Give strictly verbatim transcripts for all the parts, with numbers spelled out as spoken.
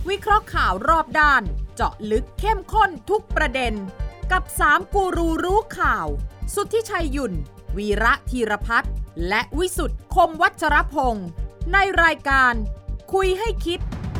วิเคราะห์ข่าวรอบด้านเจาะลึกเข้มข้นทุกประเด็นกับสามกูรูรู้ข่าวสุทธิชัยหยุ่นวีระธีรพัฒน์และวิสุทธ์คมวัชรพงศ์ในรายการคุยให้คิด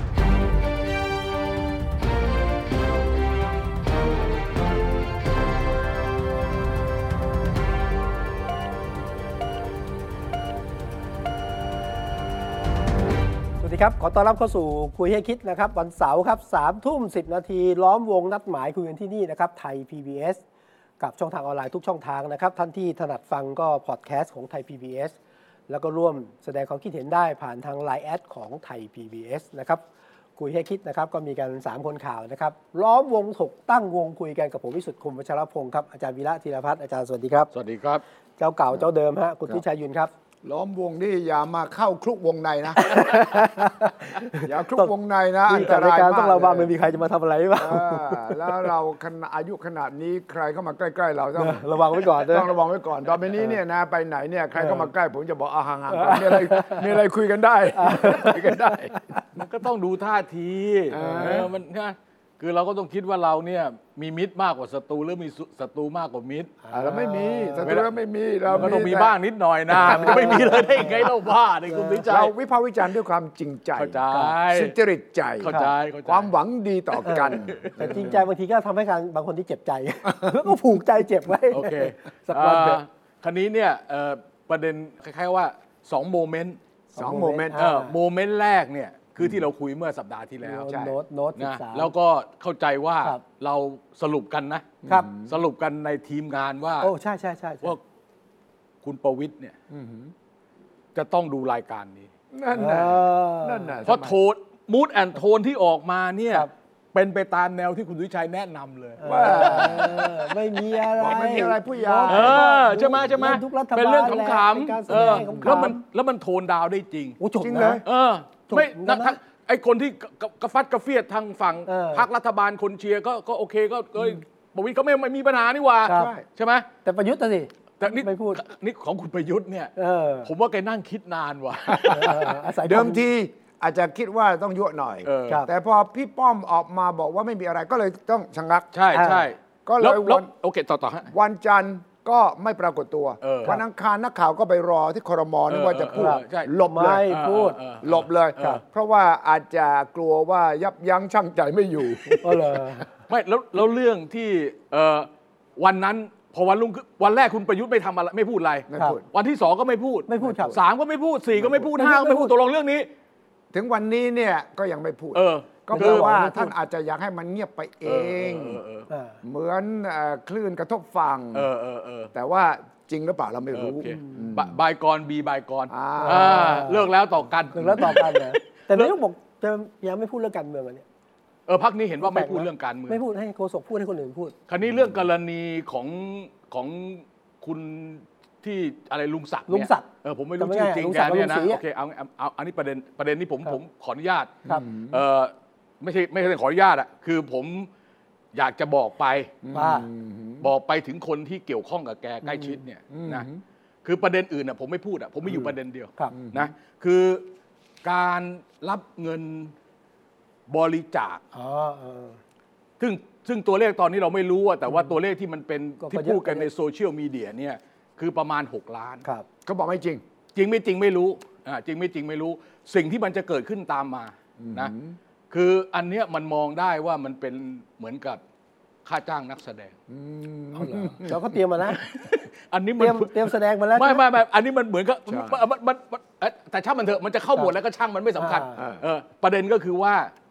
สวัสดีครับขอต้อนรับเข้าสู่คุยให้คิดนะครับวันเสาร์ครับสามทุ่มสิบนาทีล้อมวงนัดหมายคุยกันที่นี่นะครับไทย พี บี เอส กับช่องทางออนไลน์ทุกช่องทางนะครับท่านที่ถนัดฟังก็พอดแคสต์ของไทย พี บี เอส แล้วก็ร่วมแสดงความคิดเห็นได้ผ่านทาง ไลน์ แอดของไทย พี บี เอส นะครับคุยให้คิดนะครับก็มีกันสามคนข่าวนะครับล้อมวงถกตั้งวงคุยกันกับผมวิสุทธิ์คมวัชรพงศ์ครับอาจารย์วีระธีรพัฒน์อาจารย์สวัสดีครับสวัสดีครับเจ้าเก่าเจ้าเดิมฮะคุณพิชัยยุนครับล้อมวงนี่อย่ามาเข้าคลุกวงในนะ อย่าคลุกวงในนะอันตรายมากต้องระวังไม่มีใครจะมาทำอะไรหรือเปล่าแล้วเราอายุขนาดนี้ใครเข้ามาใกล้ๆเราต้องระวังไว้ก่อนต้องระวังไว้ก่อนตอนนี้เนี่ยนะไปไหนเนี่ยใครเข้ามาใกล้ผมจะบอกอ่ะห่างๆก่อนมีอะไรมีอะไรคุยกันได้คุยกันได้มันก็ต้องดูท่าทีมันนะคือเราก็ต้องคิดว่าเราเนี่ยมีมิตรมากกว่าศัตรูหรือมีศัตรูมากกว่ามิตรเราไม่มีศัตรูไม่มีเราก็ต้องมีบ้างนิดหน่อยนะมันจะไม่มีเลยได้ยังไงเราบ้าในคุณวิจัยเราวิพากษ์วิจารณ์ด้วยความจริงใจเข้าใจสุจริตใจเข้าใจความหวังดีต่อกันแต่จริงใจบางทีก็ทำให้การบางคนที่เจ็บใจแล้วก็ผูกใจเจ็บไว้โอเคสักวันเถอะคราวนี้เนี่ยประเด็นคล้ายๆว่าสองโมเมนต์สองโมเมนต์โมเมนต์แรกเนี่ยคือที่เราคุยเมื่อสัปดาห์ที่แล้วโน้ตโน้ตนะแล้วก็เข้าใจว่าเราสรุปกันนะครับสรุปกันในทีมงานว่าโอ้ใช่ใช่ใช่ว่าคุณประวิตรเนี่ยจะต้องดูรายการนี้นั่นน่ะนั่นน่ะเพราะโทนมูดแอนโทนที่ออกมาเนี่ยเป็นไปตามแนวที่คุณวิชัยแนะนำเลยว่าไม่มีอะไรไม่มีอะไรผู้ใหญ่ใช่ไหมใช่ไหมเป็นเรื่องขำๆแล้วมันแล้วมันโทนดาวได้จริงจริงเลยเออไม่นะไอคนที่กระฟัดกระเฟียดทางฝั่งพรรครัฐบาลคนเชียร์ก็ก็โอเคก็ประวิตรก็ไม่ไม่มีปัญหานี่ว่าใช่ไหมแต่ประยุทธ์สิแต่นี่ไม่พูดนี่ของคุณประยุทธ์เนี่ยผมว่าแกนั่งคิดนานว่ะเดิมทีอาจจะคิดว่าต้องยั่วหน่อยแต่พอพี่ป้อมออกมาบอกว่าไม่มีอะไรก็เลยต้องชะงักใช่ใช่ก็เลยวันโอเคต่อต่อฮะวันจันทร์ก็ไม่ปรากฏตัววันอังคารนักข่าวก็ไปรอที่ครม.นึกว่าจะพูดหลบเลยพูดหลบเลยเพราะว่าอาจจะกลัวว่ายับยั้งชั่งใจไม่อยู่ไม่แล้วแล้วเรื่องที่วันนั้นพอวันรุ่งวันแรกคุณประยุทธ์ไม่ทำอะไรไม่พูดอะไรวันที่สองก็ไม่พูดไม่พูดสามก็ไม่พูดสี่ก็ไม่พูดห้าก็ไม่พูดตกลงเรื่องนี้ถึงวันนี้เนี่ยก็ยังไม่พูดก็แปลว่าท่านอาจจะอยากให้มันเงียบไปเองเหมือนคลื่นกระทบฝั่งแต่ว่าจริงหรือเปล่าเราไม่รู้บายกรบีบายกรเลิกแล้วต่อกันเลิกแล้วต่อกันนะแต่นายกบอกจะยังไม่พูดเรื่องการเมืองอันนี้เออพรรคนี้เห็นว่าไม่พูดเรื่องการเมืองไม่พูดให้โฆษกพูดให้คนอื่นพูดคราวนี้เรื่องกรณีของของคุณที่อะไรลุงศักดิ์ลุงศักดิ์เออผมไม่รู้ชื่อจริงแกเนี่ยนะโอเคเอาเอาอันนี้ประเด็นประเด็นนี้ผมผมขออนุญาตเออไม่ใช่ไม่ใช่ขออนุญาตอ่ะคือผมอยากจะบอกไปบอกไปถึงคนที่เกี่ยวข้องกับแกใกล้ชิดเนี่ยนะคือประเด็นอื่นอ่ะผมไม่พูดอ่ะผมไม่อยู่ประเด็นเดียวนะคือการรับเงินบริจาคซึ่งซึ่งตัวเลขตอนนี้เราไม่รู้อ่ะแต่ว่าตัวเลขที่มันเป็นที่พูดกันในโซเชียลมีเดียเนี่ยคือประมาณหกล้านเขาบอกไม่จริงจริงไม่จริงไม่รู้อ่าจริงไม่จริงไม่รู้สิ่งที่มันจะเกิดขึ้นตามมานะคืออันเนี้ยมันมองได้ว่ามันเป็นเหมือนกับค่าจ้างนักแสดงเราก็เตรียมมาแล้วอันนี้มันเตรียมแสดงมาแล้วไม่ไม่ไม่อันนี้มันเหมือนกับมันมันแต่ช่างมันเถอะมันจะเข้าหมดแล้วก็ช่างมันไม่สำคัญเออประเด็นก็คือว่า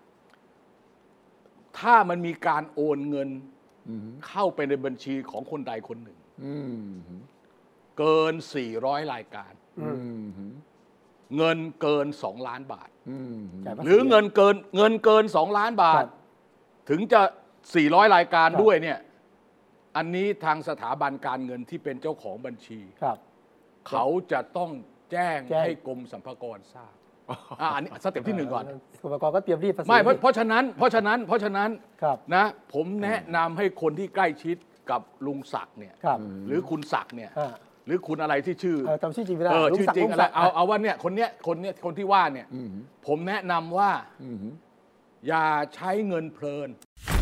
ถ้ามันมีการโอนเงินเข้าไปในบัญชีของคนใดคนหนึ่งเกินสี่ร้อยรายการเงินเกินสองล้านบาทหรือเงินเกินเงินเกินสองล้านบาทถึงจะสี่ร้อยรายการด้วยเนี่ยอันนี้ทางสถาบันการเงินที่เป็นเจ้าของบัญชีเขาจะต้องแจ้งให้กรมสรรพากรทราบอันนี้สเต็ปที่หนึ่งก่อนสรรพากรก็เตรียมรีดภาษีไม่เพราะฉะนั้นเพราะฉะนั้นเพราะฉะนั้นนะผมแนะนำให้คนที่ใกล้ชิดกับลุงศักดิ์เนี่ยหรือคุณศักดิ์เนี่ยหรือคุณอะไรที่ชื่อจำชื่อจริงไม่ได้ชื่อจริงอะไรเอาเอาว่าเนี่ยคนเนี้ยคนเนี้ยคนที่ว่าเนี่ยผมแนะนำว่าอย่าใช้เงินเพลิน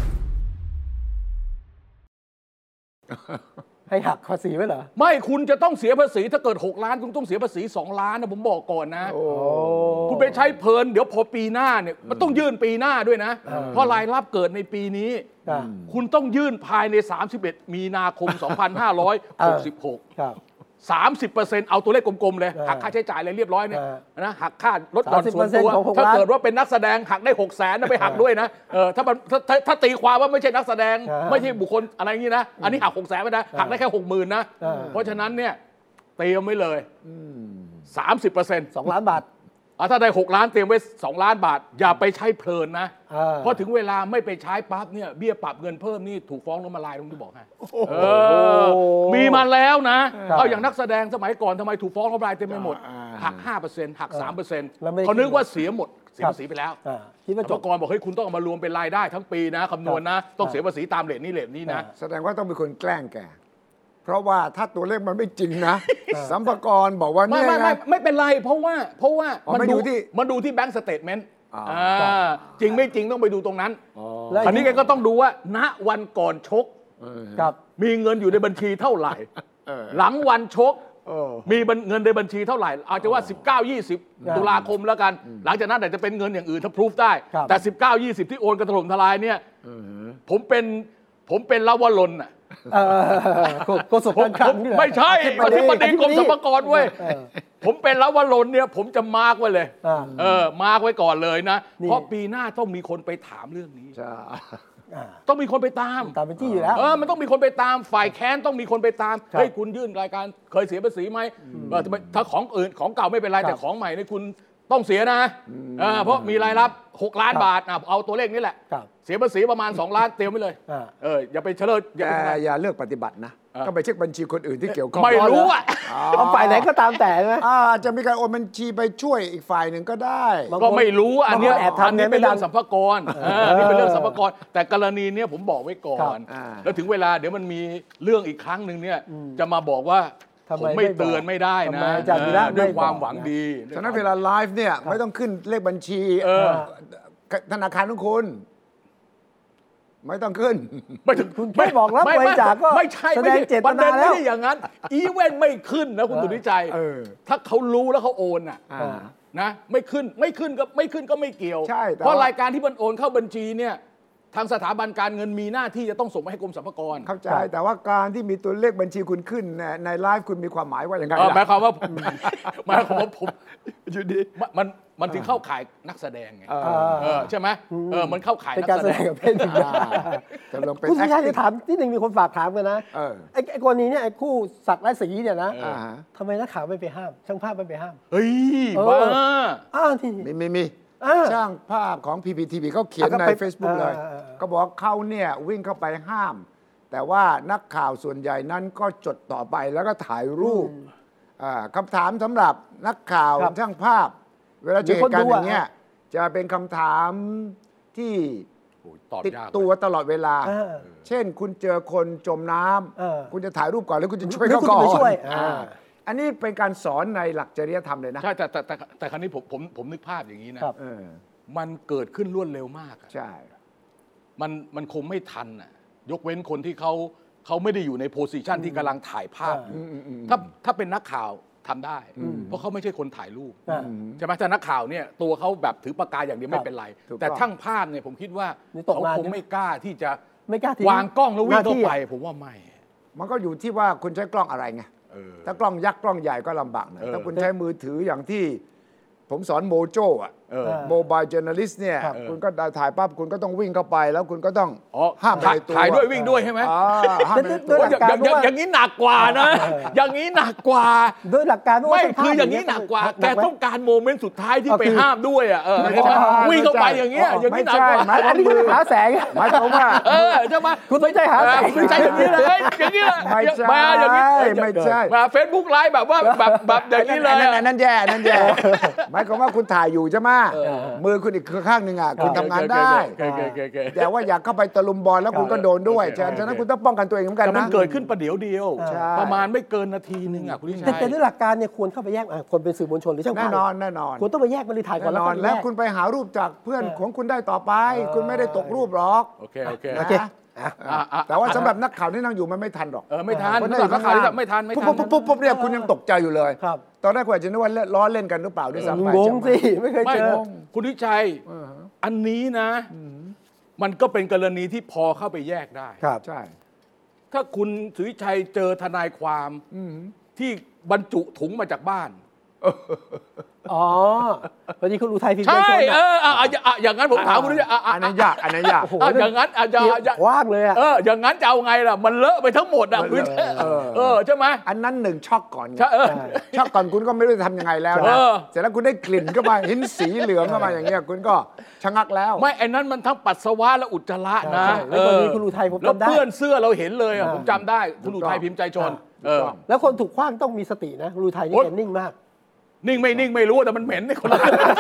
ให้หักภาษีไว้เหรอไม่คุณจะต้องเสียภาษีถ้าเกิดหกล้านคุณต้องเสียภาษีสองล้านนะผมบอกก่อนนะคุณไปใช้เพลินเดี๋ยวพอปีหน้าเนี่ยมันต้องยื่นปีหน้าด้วยนะเพราะรายรับเกิดในปีนี้คุณต้องยื่นภายในสามสิบเอ็ดมีนาคมสองพันห้าร้อยหกสิบหกสามสิบเปอร์เซ็นต์เอาตัวเลขกลมๆเลยหักค่าใช้จ่ายอะไรเรียบร้อยเนี่ยนะหักค่ารถยนต์ส่วนตัวถ้าเกิดว่าเป็นนักแสดงหักได้หกแสนนะไปหักด้วยนะเออถ้ามันถ้าถ้าตีความว่าไม่ใช่นักแสดงไม่ใช่บุคคลอะไรอย่างนี้นะอันนี้หักหกแสนไม่ได้หักได้แค่หกหมื่นนะเพราะฉะนั้นเนี่ยเตรียมไว้เลยสามสิบเปอร์เซ็นต์สองล้านบาทถ้าได้หกล้านเตรียมไว้สองล้านบาทอย่าไปใช้เพลินนะเพราะถึงเวลาไม่ไปใช้ปั๊บเนี่ยเบี้ยปรับเงินเพิ่มนี่ถูกฟ้องล้มละลายผมจะบอกให้มีมาแล้วนะเอาอย่างนักแสดงสมัยก่อนทำไมถูกฟ้องล้มละลายเต็มไปหมดหัก ห้าเปอร์เซ็นต์ หัก สามเปอร์เซ็นต์ เขานึกว่าเสียหมดเสียภาษีไปแล้วเมื่อก่อนบอกเฮ้ยคุณต้องเอามารวมเป็นรายได้ทั้งปีนะคำนวณนะต้องเสียภาษีตามเรทนี้เรทนี้นะแสดงว่าต้องเป็นคนแกล้งแกเพราะว่าถ้าตัวเลขมันไม่จริงนะสัมภากระบอกว่าไม่ไม่ไม่ไม่เป็นไรเพราะว่าเพราะว่ามันดูที่มันดูที่แบงก์สเตทเมนต์จริงไม่จริงต้องไปดูตรงนั้นอันนี้แกก็ต้องดูว่าณวันก่อนชกมีเงินอยู่ในบัญชีเท่าไหร่หลังวันชกมีเงินในบัญชีเท่าไหร่อาจจะว่าสิบเก้า ยี่สิบตุลาคมแล้วกันหลังจากนั้นอาจจะเป็นเงินอย่างอื่นถ้าพิสูจได้แต่สิบเก้า ยี่สิบที่โอนกระถล่มทลายเนี่ยผมเป็นผมเป็นลาวลนน่ะโฆษกการคลังไม่ใช่อธิบดีกรมสรรพากรเว้ยผมเป็นลาวลนเนี่ยผมจะมาร์กไว้เลยเออมาร์กไว้ก่อนเลยนะเพราะปีหน้าต้องมีคนไปถามเรื่องนี้ต้องมีคนไปตามตามเป็นที่อยู่แล้วเออมันต้องมีคนไปตามฝ่ายแค้นต้องมีคนไปตามเฮ้ยคุณยื่นรายการเคยเสียภาษีไหมถ้าของอื่นของเก่าไม่เป็นไรแต่ของใหม่นี่คุณต้องเสียนะเพราะมีรายรับหกล้านบาทเอาตัวเลขนี้แหละเสียภาษีประมาณสองล้านเตรียมไว้เลยเอออย่าไปเฉลิมอย่าอย่าเลือกปฏิบัตินะก็ไปเช็คบัญชีคนอื่นที่เกี่ยวข้องไม่รู้อ่ะเอาฝ่ายไหนก็ตามแต่ไหมอาจจะมีการโอนบัญชีไปช่วยอีกฝ่ายหนึ่งก็ได้ก็ไม่รู้อันนี้อันนี้เป็นเรื่องสัมภากระอันนี้เป็นเรื่องสัมภากระแต่กรณีนี้ผมบอกไว้ก่อนแล้วถึงเวลาเดี๋ยวมันมีเรื่องอีกครั้งหนึ่งเนี่ยจะมาบอกว่าผมไม่เตือนไม่ได้นะด้วยความหวังดีฉะนั้นเวลาไลฟ์เนี่ยไม่ต้องขึ้นเลขบัญชีธนาคารของคุณไม่ต้องขึ้นไม่ถึงคุณแค่บอกแล้วบริจาคก็ไม่ใช่แสดงเจตนาแล้วไม่ใช่อย่างนั้นอีเวนต์ไม่ขึ้นนะคุณสุนิจัยถ้าเขารู้แล้วเขาโอนอ่ะนะไม่ขึ้นไม่ขึ้นก็ไม่ขึ้นก็ไม่เกี่ยวเพราะรายการที่มันโอนเข้าบัญชีเนี่ยทางสถาบันการเงินมีหน้าที่จะต้องส่งมาให้กรมสรรพากรเข้าใจแต่ว่าการที่มีตัวเลขบัญชีคุณขึ้นในไลฟ์คุณมีความหมายว่าอย่างไรหมายความว่าหมายความว่าผมอยู่ดีมันมันถึงเข้าข่ายนักแสดงไงใช่ไหมเออมันเข้าข่ายนักแสดงกับเพศคุณสุชาติจะถามที่หนึ่งมีคนฝากถามกันนะไอ้กรณีเนี่ยไอ้คู่ศักดิ์และสีเนี่ยนะทำไมนักข่าวไม่ไปห้ามช่างภาพไม่ไปห้ามเฮ้ยบ้าอ้าวที่มีมีมีช่างภาพของ พี พี ที วี เขาเขียนใน Facebook เลยก็บอกเขาเนี่ยวิ่งเข้าไปห้ามแต่ว่านักข่าวส่วนใหญ่นั้นก็จดต่อไปแล้วก็ถ่ายรูปคำถามสำหรับนักข่าวช่างภาพเวลาเจอกันอย่างเงี้ยจะเป็นคำถามที่ติดตัวตลอดเวลาเช่นคุณเจอคนจมน้ำคุณจะถ่ายรูปก่อนหรือคุณจะช่วยเขาก่อนอันนี้เป็นการสอนในหลักจริยธรรมเลยนะใช่แต่แต่แต่แต่ครั้นี้ผมผมผมนึกภาพอย่างนี้นะมันเกิดขึ้นรวดเร็วมากใช่มันมันคงไม่ทันอ่ะยกเว้นคนที่เขาเขาไม่ได้อยู่ในโพสิชันที่กำลังถ่ายภาพถ้าถ้าเป็นนักข่าวทำได้เพราะเขาไม่ใช่คนถ่ายรูปใช่ไหมถ้านักข่าวเนี่ยตัวเขาแบบถือปากกาอย่างเดียวไม่เป็นไรแต่ช่างภาพเนี่ยผมคิดว่าเขาคงไม่กล้าที่จะวางกล้องแล้ววิ่งเข้าไปผมว่าไม่มันก็อยู่ที่ว่าคุณใช้กล้องอะไรไงถ้ากล้องยักษ์กล้องใหญ่ก็ลำบากนะถ้าคุณใช้มือถืออย่างที่ผมสอนโมโจอ่ะโมบายเจอร์นัลิสต์เนี่ยคุณก็ถ่ายปั๊บคุณก็ต้องวิ่งเข้าไปแล้วคุณก็ต้องห้ามถ่ายตัวถ่ายด้วยวิ่งด้วยใช่ไหมอย่างนี้หนักกว่านะอย่างนี้หนักกว่าโดยหลักการไม่คืออย่างนี้หนักกว่าแกต้องการโมเมนต์สุดท้ายที่ไปห้ามด้วยอ่ะวิ่งเข้าไปอย่างเงี้ยอย่างนี้หนักกว่าอันนี้คือหาแสงหมายความว่าเออใช่ไหมคุณไม่ใช่หาแสงไม่ใช่อย่างนี้เลยอย่างนี้ไม่ใช่อย่างนี้ไม่ใช่มาเฟซบุ๊กไลฟ์แบบว่าแบบแบบอย่างนี้เลยนั่นแย่นั่นแย่หมายความว่าคุณถ่ายอยู่ใช่ไหมมือคุณอีกข้างหนึ่งอ่ะคุณทำงานได้แต่ว่าอยากเข้าไปตะลุมบอลแล้วคุณก็โดนด้วยฉะนั้นคุณต้องป้องกันตัวเองเหมือนกันนะแต่มันเกิดขึ้นประเดี๋ยวเดียวประมาณไม่เกินนาทีนึงอ่ะคุณวิชัยแต่ด้วยหลักการเนี่ยควรเข้าไปแยกคนเป็นสื่อมวลชนหรือช่างภาพแน่นอนแน่นอนควรต้องไปแยกบริษัทก่อนแล้วแล้วคุณไปหารูปจากเพื่อนของคุณได้ต่อไปคุณไม่ได้ตกรูปหรอกโอเคโอเคโอเคแต่ว่าสำหรับนักข่าวที่นั่งอยู่มันไม่ทันหรอกเออไม่ทันสำหรับนักข่าวที่ไม่ทันไม่ทันปุ๊บปุ๊บปุ๊บเนี่ยคุณยังตกใจอยู่เลยตอนแรกคุณอาจจะนึกว่าล้อเล่นกันหรือเปล่าด้วยซ้ำไปงงสิไม่เคยเจอคุณวิชัยอันนี้นะมันก็เป็นกรณีที่พอเข้าไปแยกได้ครับใช่ถ้าคุณสุวิชัยเจอทนายความที่บรรจุถุงมาจากบ้านอ๋อพอดีคุณอุทัยพิมพ์ใช่เอออย่างนั้นผมถามคุณนี่อันนั้นยากอันนั้นยากอย่างนั้นอาจจะว่างเลยอ่ะเอออย่างนั้นจะเอาไงล่ะมันเลอะไปทั้งหมดอ่ะคุณเออใช่ไหมอันนั้นหนึ่งช็อกก่อนช็อกก่อนคุณก็ไม่รู้จะทำยังไงแล้วนะเสร็จแล้วคุณได้กลิ่นเข้ามาเห็นสีเหลืองเข้ามาอย่างเงี้ยคุณก็ชะงักแล้วไม่ไอ้นั้นมันทั้งปัสสาวะและอุจจาระนะแล้วพอดีคุณอุทัยผมจำได้แล้วเพื่อนเสื้อเราเห็นเลยอ่ะผมจำได้คุณอุทัยพิมพ์ใจชนแล้วคนถูกขว้างต้องมีสตินะคุณอุทัยนี่แกนิ่งมากนิ่งไม่นิ่งไม่รู้แต่มันเหม็นในคนละ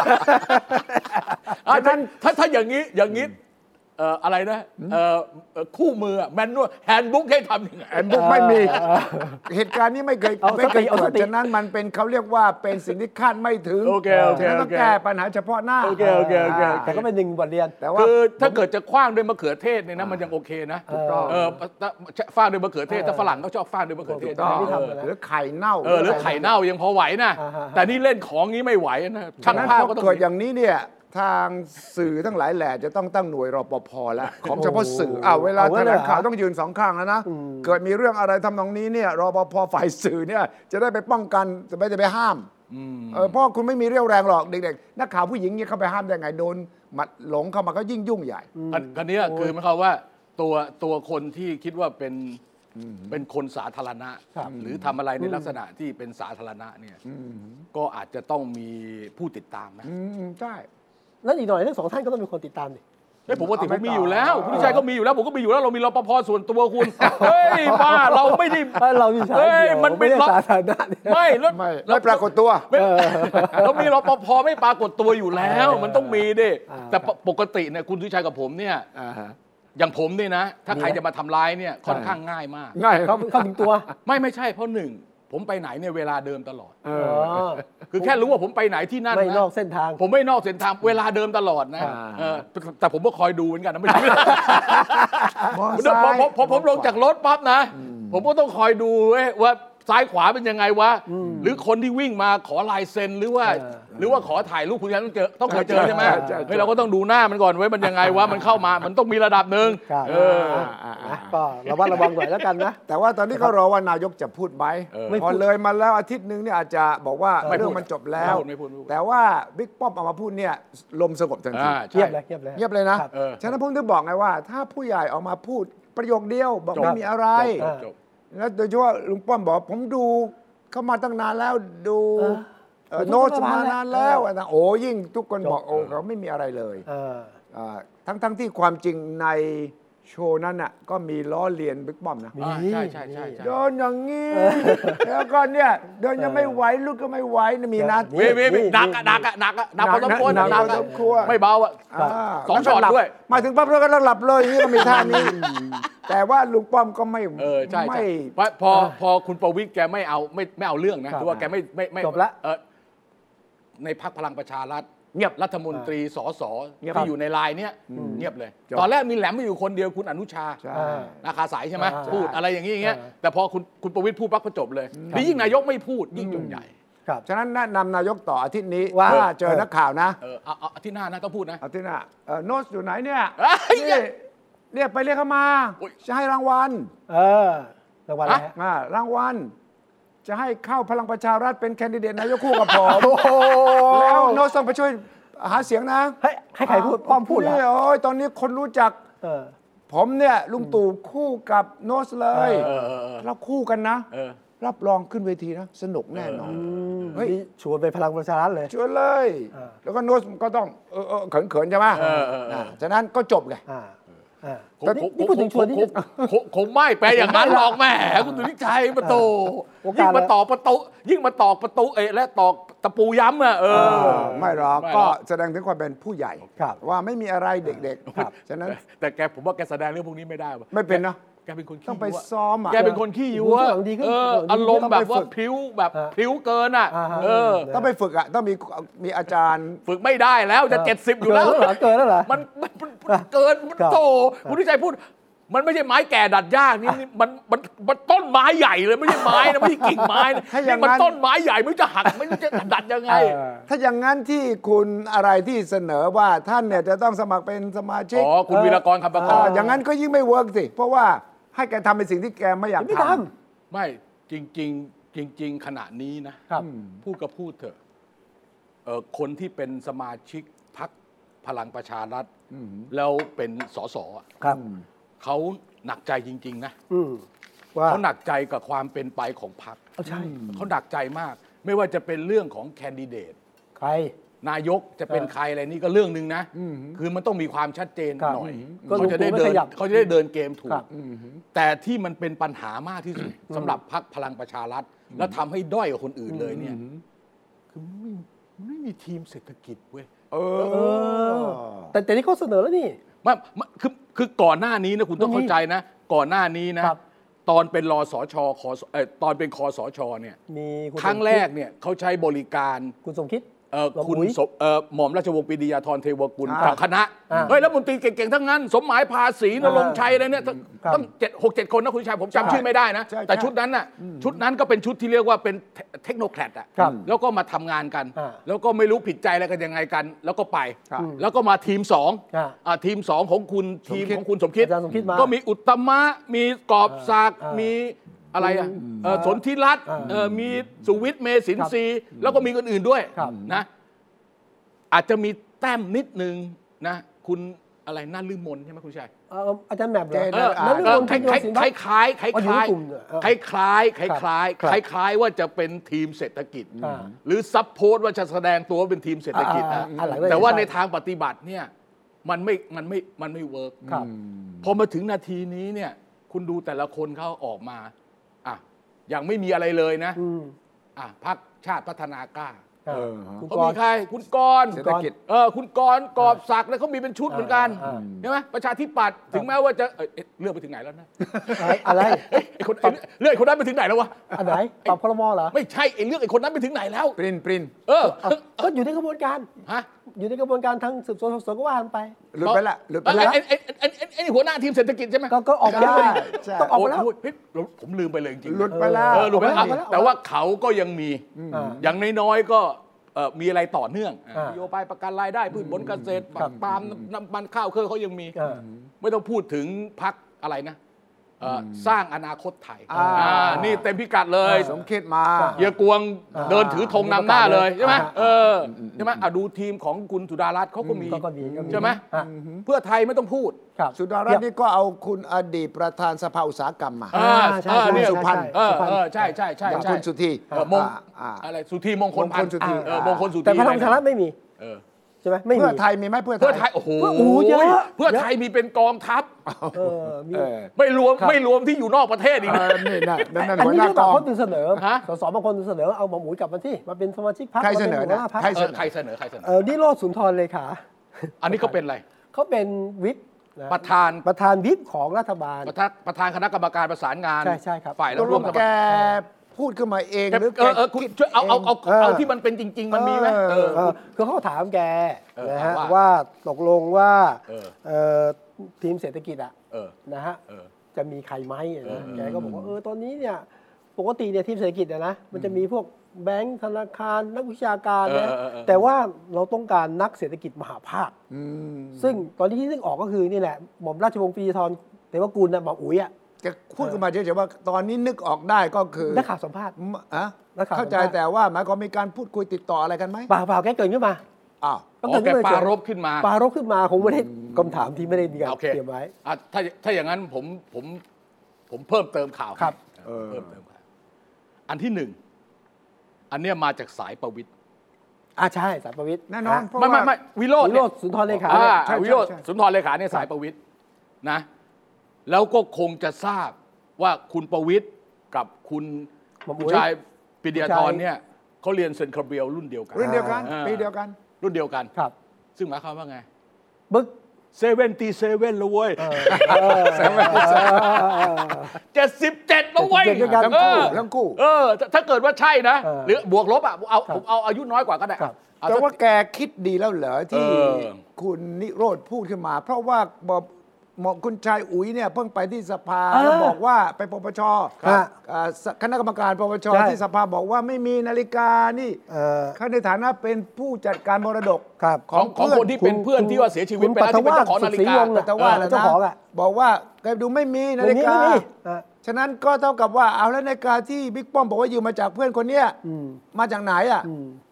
ถ้าถ้าถ้าอย่างนี้อย่างนี้อะไรนะคู่มือแมนนวลแฮนด์บุ๊กให้ทำยังไงแฮนด์บุ๊กไม่มีเหตุการณ์นี้ไม่เคยไม่เคยเกิดฉะนั้นมันเป็นเขาเรียกว่าเป็นสิ่งที่คาดไม่ถึงโอเคโอเคต้องแก้ปัญหาเฉพาะหน้าโอเคโอเคโอเคแต่ก็เป็นหนึ่งบทเรียนแต่ว่าคือถ้าเกิดจะคว้างด้วยมะเขือเทศเนี่ยนะมันยังโอเคนะเออฟาดด้วยมะเขือเทศแต่ฝรั่งก็ชอบฟาดด้วยมะเขือเทศหรือไข่เน่าเออหรือไข่เน่ายังพอไหวนะแต่นี่เล่นของนี้ไม่ไหวนะช่างภาพก็ต้องเกิดอย่างนี้เนี่ยทางสื่อทั้งหลายแหล่จะต้องตั้งหน่วยรปภแล้วของเฉพาะสื่ออ้าวเวลาแถลงข่าวต้องยืนสองข้างแล้วนะเกิดมีเรื่องอะไรทำนองนี้เนี่ยรปภฝ่ายสื่อเนี่ยจะได้ไปป้องกันจะไม่ได้ไปห้ามเออเพราะคุณไม่มีเรี่ยวแรงหรอกเด็กๆนักข่าวผู้หญิงเนี่ยเข้าไปห้ามได้ไงโดนมัดหลงเข้ามาก็ยิ่งยุ่งใหญ่อันนี้คือหมายความว่าตัวตัวคนที่คิดว่าเป็นเป็นคนสาธารณะหรือทำอะไรในลักษณะที่เป็นสาธารณะเนี่ยก็อาจจะต้องมีผู้ติดตามนะใช่นั่นอีกหน่อยทั้งสองท่านก็ต้องมีคนติดตามดิเฮ้ยผมว่าติดผมมีอยู่แล้วคุณชัยก็มีอยู่แล้วผมก็มีอยู่แล้วเรามีรปภส่วนตัวคุณเฮ้ยบ้าเราไม่ได้เรามีสายเดียวมันไม่ได้สาธารณะไม่ไม่ไม่ปรากฏตัวเรามีรปภไม่ปรากฏตัวอยู่แล้วมันต้องมีดิแต่ปกติเนี่ยคุณสุชัยกับผมเนี่ยอย่างผมนี่นะถ้าใครจะมาทำร้ายเนี่ยค่อนข้างง่ายมากง่ายเขาเข้าถึงตัวไม่ไม่ใช่เพราะหนึ่งผมไปไหนเนี่ยเวลาเดิมตลอดคือแค่รู้ว่าผมไปไหนที่นั่นไม่นอกเส้นทางผมไม่นอกเส้นทางเวลาเดิมตลอดนะแต่ผมก็คอยดูเหมือนกันนะไม่ใช่พอพอผมลงจากรถปั๊บนะผมก็ต้องคอยดูว่าซ้ายขวาเป็นยังไงวะหรือคนที่วิ่งมาขอลายเซ็นหรือว่าหรือว่าขอถ่ายรูปคุณชัยต้องเจอต้องเคยเจอใช่ไหมเราก็ต้องดูหน้ามันก่อนไว้มันยังไงวะมันเข้ามามันต้องมีระดับหนึ่งก็ระวังระวังหน่อยแล้วกันนะแต่ว่าตอนนี้ก็รอว่านายกจะพูดไหมพอเลยมาแล้วอาทิตย์นึงเนี่ยอาจจะบอกว่าเรื่องมันจบแล้วแต่ว่าบิ๊กป้อมออกมาพูดเนี่ยลมสงบทันทีเงียบเลยเงียบเลยเงียบเลยนะฉะนั้นผมถึงบอกไงว่าถ้าผู้ใหญ่ออกมาพูดประโยคเดียวบอกไม่มีอะไรแล้วโดยเฉพาะลุงป้อมบอกผมดูเข้ามาตั้งนานแล้วดูโน้ตมานานแล้วโอ้ยิ่งทุกคนบอกโอ้เขาไม่มีอะไรเลยทั้งทั้งที่ความจริงในโชว์นั้นน่ะก็มีล้อเลียนบิ๊กป้อมนะใช่ใช่ใช่โดนอย่างงี้แล้วก็เนี่ยเดินยังไม่ไหวลุกก็ไม่ไหวนะมีนะมีมีมีหนักอะหนักอะหนักอะหนักพอสมควรหนักพอสมควรไม่เบาอะสองช็อตด้วยมาถึงปั๊บแล้วก็หลับเลยนี่ก็มีท่านี้แต่ว่าลุงป้อมก็ไม่เออใช่ไม่พอพอคุณประวิตรแกไม่เอาไม่ไม่เอาเรื่องนะคือว่าแกไม่ไม่ไม่จบละในพรรคพลังประชารัฐเงียบรัฐมนตรีสสที่อยู่ในไลน์เนี้ยเงียบเลยตอนแรกมีแหลมมาอยู่คนเดียวคุณอนุชานาคาสายใช่ไหมพูดอะไรอย่างนี้อย่างเงี้ยแต่พอคุณคุณประวิตรพูดปั๊บก็จบเลยนี่ยิ่งนายกไม่พูดยิ่งยุ่งใหญ่ฉะนั้นแนะนำนายกต่ออาทิตย์นี้ว่าเจอนักข่าวนะเอออาทิตย์หน้านะต้องพูดนะอาทิตย์หน้าโน้ตอยู่ไหนเนี่ยเรียกไปเรียกเข้ามาจะให้รางวัลเออรางวัลอะไรฮะรางวัลจะให้เข้าพลังประชารัฐเป็นแคนดิเดตนายกคู่กับผมแล้วโน้ตต้องไปช่วยหาเสียงนะให้ให้ใครพูดป้อมพูดเหรอโอ้ยตอนนี้คนรู้จักผมเนี่ยลุงตู่คู่กับโน้ตเลยเราคู่กันนะรับรองขึ้นเวทีนะสนุกแน่นอนเฮ้ยชวนไปพลังประชารัฐเลยชวนเลยแล้วก็โน้ตก็ต้องเออเขินๆใช่ไหมฉะนั้นก็จบไงตอนนี้นี่พูดถึงชวนที่คงไม่ไปอย่างนั้นหรอกแม่คุณสุวิชัยประตูยิ่งมาตอกประตูยิ่งมาตอกประตูเอและตอกตะปูย้ำอะเออไม่หรอกก็แสดงถึงความเป็นผู้ใหญ่ว่าไม่มีอะไรเด็กๆฉะนั้นแต่แกผมว่าแกแสดงเรื่องพวกนี้ไม่ได้ไม่เป็นเนาะแกเป็นคนขี้ต้องไปซ้อมอ่ะแกเป็นคนขี้ยั่วเอออารมณ์แบบว่าพลิ้วแบบพลิ้วเกินอ่ะเออต้องไปฝึกอ่ะต้องมีมีอาจารย์ฝึกไม่ได้แล้วจะเจ็ดสิบอยู่แล้วเกินแล้วเหรอมันเกินมันโตคุณที่ใจพูดมันไม่ใช่ไม้แก่ดัดยากนี่มันมันมันต้นไม้ใหญ่เลยไม่ใช่ไม้นะไม่ใช่กิ่งไม้นะนี่มันต้นไม้ใหญ่ไม่รู้จะหักไม่รู้จะดัดยังไงถ้าอย่างนั้นที่คุณอะไรที่เสนอว่าท่านเนี่ยจะต้องสมัครเป็นสมาชิกอ๋อคุณวีรกรคำประกอบอย่างนั้นก็ยิ่งไม่เวิร์กสิเพราะว่าให้แกทำเป็นสิ่งที่แกไม่อยากทำไม่จริงจริงจริงจริงขณะนี้นะพูดก็พูดเถอะเออคนที่เป็นสมาชิกพรรคพลังประชารัฐแล้วเป็นสสครับเขาหนักใจจริงๆนะเขาหนักใจกับความเป็นไปของพรรคเขาหนักใจมากไม่ว่าจะเป็นเรื่องของแคนดิเดตใครนายกจะเป็นใครอะไรนี่ก็เรื่องนึงนะคือมันต้องมีความชัดเจนหน่อยเขาจะได้เดินเขาจะได้เดินเกมถูกแต่ที่มันเป็นปัญหามากที่สุดสำหรับพรรคพลังประชารัฐแล้วทำให้ด้อยกว่าคนอื่นเลยเนี่ยคือไม่ไม่มีทีมเศรษฐกิจเว้ยเออแต่แต่นี่เขาเสนอแล้วนี่ไม่คือคือก่อนหน้านี้นะคุณต้องเข้าใจนะก่อนหน้านี้นะตอนเป็นรสชคตอนเป็นคสชเนี่ยครั้งแรกเนี่ยเขาใช้บริการคุณสมคิดคุณหม่อมราชวงศ์ปรีดียาธรเทวกุลกับคณะเฮ้ยแล้วมนตรีเก่งๆทั้งนั้นสมหมายภาษีนรงค์ชัยอะไรเนี่ยต้องเจ็ดหกเจ็ดคนนะคุณชัยผมจำชื่อไม่ได้นะแต่ชุดนั้นน่ะชุดนั้นก็เป็นชุดที่เรียกว่าเป็นเทคโนแครดอ่ะแล้วก็มาทำงานกันแล้วก็ไม่รู้ผิดใจอะไรกันยังไงกันแล้วก็ไปแล้วก็มาทีมสองทีมสองของคุณทีมของคุณสมคิดก็มีอุตตมะมีกอบศักดิ์มีอะไรอ่ะสนธิรัตน์มีสุวิทย์เมษินทรีย์แล้วก็มีคนอื่นด้วยนะอาจจะมีแต้มนิดนึงนะคุณอะไรน่าลืมมนใช่ไหมคุณชัยอาจารย์แหม่มเลยคล้ายคล้ายคล้ายคล้ายคล้ายคล้ายคล้ายคล้ายคล้ายคล้ายคล้ายว่าจะเป็นทีมเศรษฐกิจหรือซับโพสว่าจะแสดงตัวเป็นทีมเศรษฐกิจนะแต่ว่าในทางปฏิบัติเนี่ยมันไม่มันไม่มันไม่เวิร์กพอมาถึงนาทีนี้เนี่ยคุณดูแต่ละคนเขาออกมาอ่ะยังไม่มีอะไรเลยนะอ่ะพรรคชาติพัฒนากล้าเขามีใครคุณกรณ์เศรษฐกิจเออคุณกรณ์กอบศักดิ์แล้วเขามีเป็นชุดเหมือนกันใช่ไหมประชาธิปัตย์ถึงแม้ว่าจะเลือกไปถึงไหนแล้วนะอะไรไอ้คนเลือกไอ้คนนั้นไปถึงไหนแล้ววะอันไหนปรับพรมเหรอไม่ใช่ไอ้เลือกไอ้คนนั้นไปถึงไหนแล้วปรินปรินเออก็อยู่ในกระบวนการฮะอยู่ในกระบวนการทางสืบสวนสอบสวนก็ว่ากันไปหลุดไปละหลุดไปละไอ้ไอ้ไอ้ไอ้หัวหน้าทีมเศรษฐกิจใช่ไหมก็ออกแล้วต้องออกแล้วผมลืมไปเลยจริงหลุดไปแล้วเออหลุดไปแล้วแต่ว่าเขาก็ยังมีอย่างน้อยๆก็มีอะไรต่อเนื่องนโยบายประกันรายได้พืชผลเกษตรปาล์มน้ำมันข้าวเครื่องเขายังมีไม่ต้องพูดถึงพรรคอะไรนะสร้างอนาคตไทยนี่เต็มพิกัดเลยสมคิดมาเฮียกวงเดินถือธงนำหน้าเลยใช่ไหมเออใช่ไหมดูทีมของคุณสุดารัตน์เขาก็มีใช่ไหมเพื่อไทยไม่ต้องพูดสุดารัตน์นี่ก็เอาคุณอดีตประธานสภาอุตสาหกรรมมาใช่ใช่สุพรรณใช่ใช่ใช่คุณสุธีมงอะไรสุธีมงคลพันธ์มงคลสุธีแต่พลังประชารัฐไม่มีใช่ไหมไม่มีเพื่อไทยมีไหมเพื่อไทยโอ้โหเพื่อไทยมีเป็นกองทัพไม่รวมไม่รวมที่อยู่นอกประเทศอีกนะนี่นะนั่นอันนี้ก็บางคนเสนอสสบางคนเสนอเอาหมอหมูกลับมาที่มาเป็นสมาชิกพรรคใครเสนอนะใครเสนอใครเสนอใครเสนอเออนิโรธสุนทรเลขาอันนี้เขาเป็นอะไรเขาเป็นวิปประธานประธานวิปของรัฐบาลประธานคณะกรรมการประสานงานใช่ใช่ครับฝ่ายร่วมแกพูดขึ้นมาเองหรือเออเออคุณช่วยเอาเอาเอาเอาที่มันเป็นจริงๆมันมีไหมเออคือเขาถามแกนะฮะว่าตกลงว่าทีมเศรษฐกิจอ่ะนะฮะจะมีใครไหมนะแกก็บอกว่าเออตอนนี้เนี่ยปกติเนี่ยทีมเศรษฐกิจนะมันจะมีพวกแบงก์ธนาคารนักวิชาการนะแต่ว่าเราต้องการนักเศรษฐกิจมหาภาคซึ่งตอนนี้ที่นึกออกก็คือนี่แหละหม่อมราชวงศ์ปรีดีธรเทวกุลนะหม่อมอุ๋ยอ่ะจะพูดขึ้นมาเฉยๆว่าตอนนี้นึกออกได้ก็คือนักข่าวสัมภาษณ์อะเข้าใจแต่ว่าหมายความมีการพูดคุยติดต่ออะไรกันไหมเปล่าเปล่าแกเกิดขึ้นมาอ้าวแกปารบขึ้นมาปารบขึ้นมาคงไม่ได้คำถามที่ไม่ได้มีการเตรียมไว้ถ้าถ้าอย่างนั้นผมผมผมเพิ่มเติมข่าวครับเพิ่มเติมข่าวอันที่หนึ่งอันเนี้ยมาจากสายประวิตรอ่าใช่สายประวิตรแน่นอนไม่ไม่ไม่วิโรจน์วิโรจน์สุนทรเลขาวิโรจน์สุนทรเลขาเนี่ยสายประวิตรนะแล้วก็คงจะทราบว่าคุณประวิตรกับคุณผู้ชายปรีดียาธรเนี่ยเขาเรียนเซนคาเบียลรุ่นเดียวกันรุ่นเดียวกันปีเดียวกันรุ่นเดียวกันครับซึ่งหมายความว่าไงบึกเซเว่นตีเซเว่นเลยเว้ยเจ็ดสิบเจ็ดแล้วเว้ยทั้งคู่ทั้งคู่เออถ้าเกิดว่าใช่นะหรือบวกลบอ่ะเอาผมเอาอายุน้อยกว่าก็ได้แต่ว่าแกคิดดีแล้วเหรอที่คุณนิโรธพูดขึ้นมาเพราะว่าบอกหมอคุณชายอุ๋ยเนี่ยเพิ่งไปที่สภาแล้วบอกว่าไปปปชคณะกรรมการปปชที่สภาบอกว่าไม่มีนาฬิกานี่เขาในฐานะเป็นผู้จัดการมรดกของของคนที่เป็นเพื่อนที่ว่าเสียชีวิตไปแล้วที่เป็นเจ้าของนาฬิกาแต่ว่าเจ้าของอ่ะบอกว่าแกดูไม่มีนาฬิกาฉะนั้นก็เท่ากับว่าเอาแล้วนาฬิกาที่บิ๊กป้อมบอกว่ายืมมาจากเพื่อนคนเนี้ยมาจากไหนอ่ะ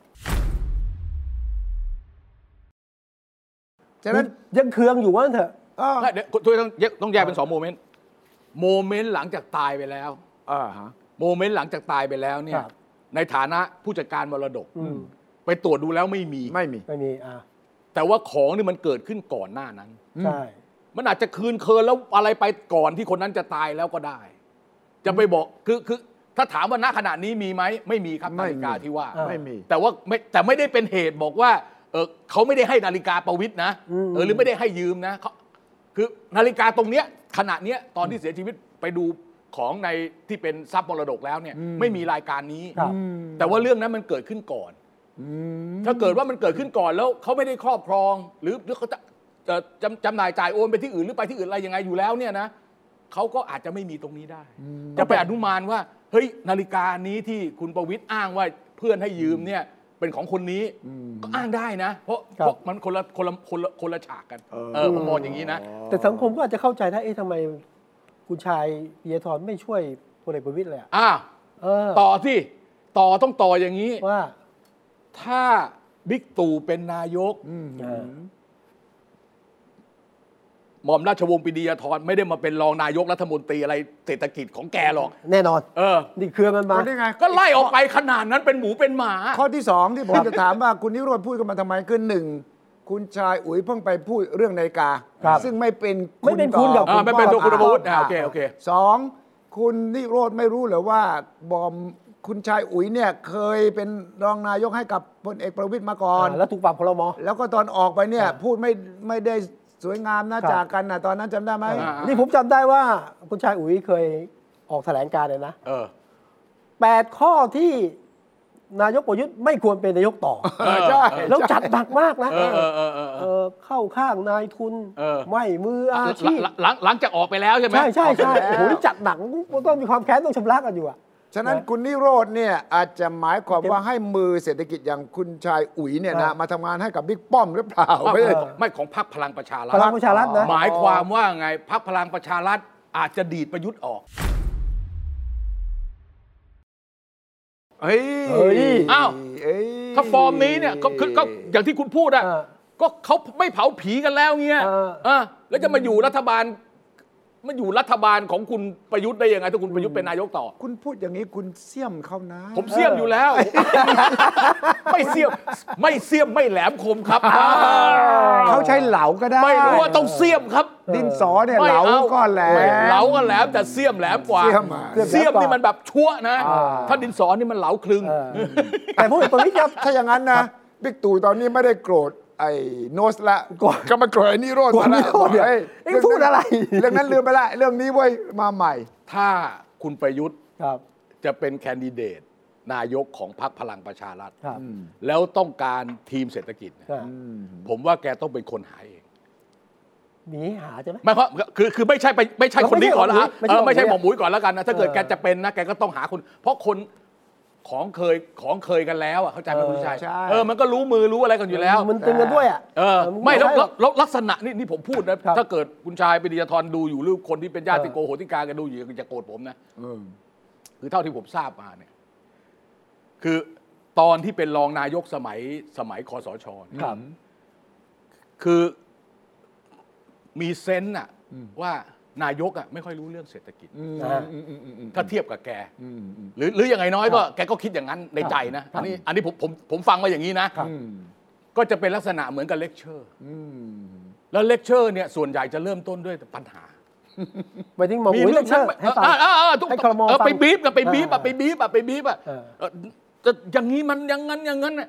ฉะนั้นยังเคืองอยู่ว่าเถอะเดี๋ยวต้องต้องแยกเป็นสองโมเมนต์โมเมนต์หลังจากตายไปแล้วโมเมนต์หลังจากตายไปแล้วเนี่ยในฐานะผู้จัดการมรดกไปตรวจดูแล้วไม่มีไม่มีไม่มีอ่าแต่ว่าของนี่มันเกิดขึ้นก่อนหน้านั้นใช่มันอาจจะคืนเคินแล้วอะไรไปก่อนที่คนนั้นจะตายแล้วก็ได้จะไปบอกคือคือถ้าถามว่าณขณะนี้มีไหมไม่มีครับนาฬิกาที่ว่าไม่มีแต่ว่าไม่แต่ไม่ได้เป็นเหตุบอกว่าเออเขาไม่ได้ให้นาฬิกาประวิตรนะเออหรือไม่ได้ให้ยืมนะเขาคือนาฬิกาตรงเนี้ยขณะเนี้ยตอนที่เสียชีวิตไปดูของในที่เป็นทรัพย์มรดกแล้วเนี่ยไม่มีรายการนี้แต่ว่าเรื่องนั้นมันเกิดขึ้นก่อนถ้าเกิดว่ามันเกิดขึ้นก่อนแล้วเขาไม่ได้ครอบครองหรือหรือเขาจะจำจำหน่ายจ่ายโอนไปที่อื่นหรือไปที่อื่นอะไรยังไงอยู่แล้วเนี่ยนะเขาก็อาจจะไม่มีตรงนี้ได้จะไปอนุมานว่าเฮ้ยนาฬิกานี้ที่คุณประวิตรอ้างว่าเพื่อนให้ยืมเนี่ยเป็นของคนนี้ก็อ้างได้นะเพราะเพราะมันคนละคนละคนละคนละฉากกันเออผมมองอย่างนี้นะแต่สังคมก็อาจจะเข้าใจได้เอ๊ะทำไมคุณชายปิยธรไม่ช่วยพลเอกประวิตรเลยอ่ะต่อที่ต่อต้องต่ออย่างนี้ว่าถ้าบิ๊กตู่เป็นนายกหม่อมราชวงศ์ปิยธรไม่ได้มาเป็นรองนายกรัฐมนตรีอะไรเศรษฐกิจของแกหรอกแน่นอนเออนี่เครือมันมาก็ไล่ออกไปขนาดนั้นเป็นหมูเป็นหมาข้อที่สองที่ผมจะถามว่าคุณนิโรธพูดกันมาทำไมคือหนึ่งคุณชายอุ๋ยเพิ่งไปพูดเรื่องนาฬิกาซึ่งไม่เป็นไม่เป็นคุณกับไม่เป็นตัวคุณอาวุธโอเคโอเคสองคุณนิโรธไม่รู้เหรอว่าบอมคุณชายอุ๋ยเนี่ยเคยเป็นรองนายกให้กับพลเอกประวิตรมาก่อนแล้วถูกปรับพลม. แล้วก็ตอนออกไปเนี่ยพูดไม่ไม่ได้สวยงามนะจากกันนะตอนนั้นจำได้ไหมนี่ผมจำได้ว่าคุณชายอุ๋ยเคยออกแถลงการเลยนะแปดข้อที่นายกประยุทธ์ไม่ควรเป็นนายกต่อใช่แล้วจัดหนักมากนะเข้าข้างนายทุนไม่มืออาชีพหลังหลังจากออกไปแล้วใช่ไหมใช่ใช่ใช่โอ้โหจัดหนักต้องมีความแค้นต้องชำระกันอยู่อ่ะฉะนั้นคุณนิโรธเนี่ยอาจจะหมายความว่าให้มือเศรษฐกิจอย่างคุณชายอุ๋ยเนี่ยนะมาทำงานให้กับบิ๊กป้อมหรือเปล่าไม่ไม่ของพรรคพลังประชารัฐพลังประชารัฐนะหมายความว่าไงพรรคพลังประชารัฐอาจจะดีดประยุทธ์ออกเฮ้ยอ้าวถ้าฟอร์มนี้เนี่ยก็ก็อย่างที่คุณพูดอะก็เขาไม่เผาผีกันแล้วเงี้ยแล้วจะมาอยู่รัฐบาลมันอยู่รัฐบาลของคุณประยุทธ์ได้ยังไงถ้าคุณประยุทธ์เป็นนายกต่อคุณพูดอย่างนี้คุณเสี่ยมเขานะผมเสี่ยมอยู่แล้วไม่เสี่ยมไม่เสี่ยมไม่แหลมคมครับเขาใช้เหลาก็ได้ไม่รู้ว่าต้องเสี่ยมครับดินสอเนี่ยเหลาก็แหลมเหลาก็แหลมแต่เสี่ยมแหลมกว่าเสี่ยมนี่มันแบบชั่วนะถ้าดินสอนี่มันเหลาคลึงแต่พลเอกประวิตรถ้าอย่างนั้นนะบิ๊กตู่ตอนนี้ไม่ได้โกรธไอ้โนสละก็มาโกรธไอ้นิโรธมาแล้วไอ้พูดอะไรเรื่องนั้นลืมไปละเรื่องนี้ไว้มาใหม่ถ้าคุณประยุทธ์จะเป็นแคนดิเดตนายกของพรรคพลังประชารัฐแล้วต้องการทีมเศรษฐกิจผมว่าแกต้องเป็นคนหาเองมีหาใช่ไหมไม่เพราะคือคือไม่ใช่ไปไม่ใช่คนนี้ก่อนแล้วฮะไม่ใช่หมอหมุยก่อนแล้วกันนะถ้าเกิดแกจะเป็นนะแกก็ต้องหาคนเพราะคนของเคยของเคยกันแล้วอ่ะเข้าใจไหมคุณชัยเออมันก็รู้มือรู้อะไรกันอยู่แล้วมันตึงกันด้วยอ่ะเออไม่แล้วแล้วลักษณะนี่นี่ผมพูดนะถ้าเกิดคุณชายปิยธรดูอยู่หรือคนที่เป็นญาติโกโหติกากันดูอยู่จะโกรธผมนะคือเท่าที่ผมทราบมาเนี่ยคือตอนที่เป็นรองนายกสมัยสมัยคสช.คือมีเซนส์อ่ะว่านายกอ่ะไม่ค่อยรู้เรื่องเศรษฐกิจถ้าเทียบกับแกหรือหรืออย่างไรน้อยก็แกก็คิดอย่างนั้นในใจนะอันนี้อันนี้ผมผมผมฟังมาอย่างนี้นะก็จะเป็นลักษณะเหมือนกับเลคเชอร์แล้วเลคเชอร์เนี่ยส่วนใหญ่จะเริ่มต้นด้วยปัญหาไปทิ้งหมอหมุยเลคเชอร์ให้ฟังให้ครม. ไปบีบกันไปบีบอะไปบีบอะไปบีบอะจะอย่างนี้มันอย่างนั้นอย่างนั้นน่ะ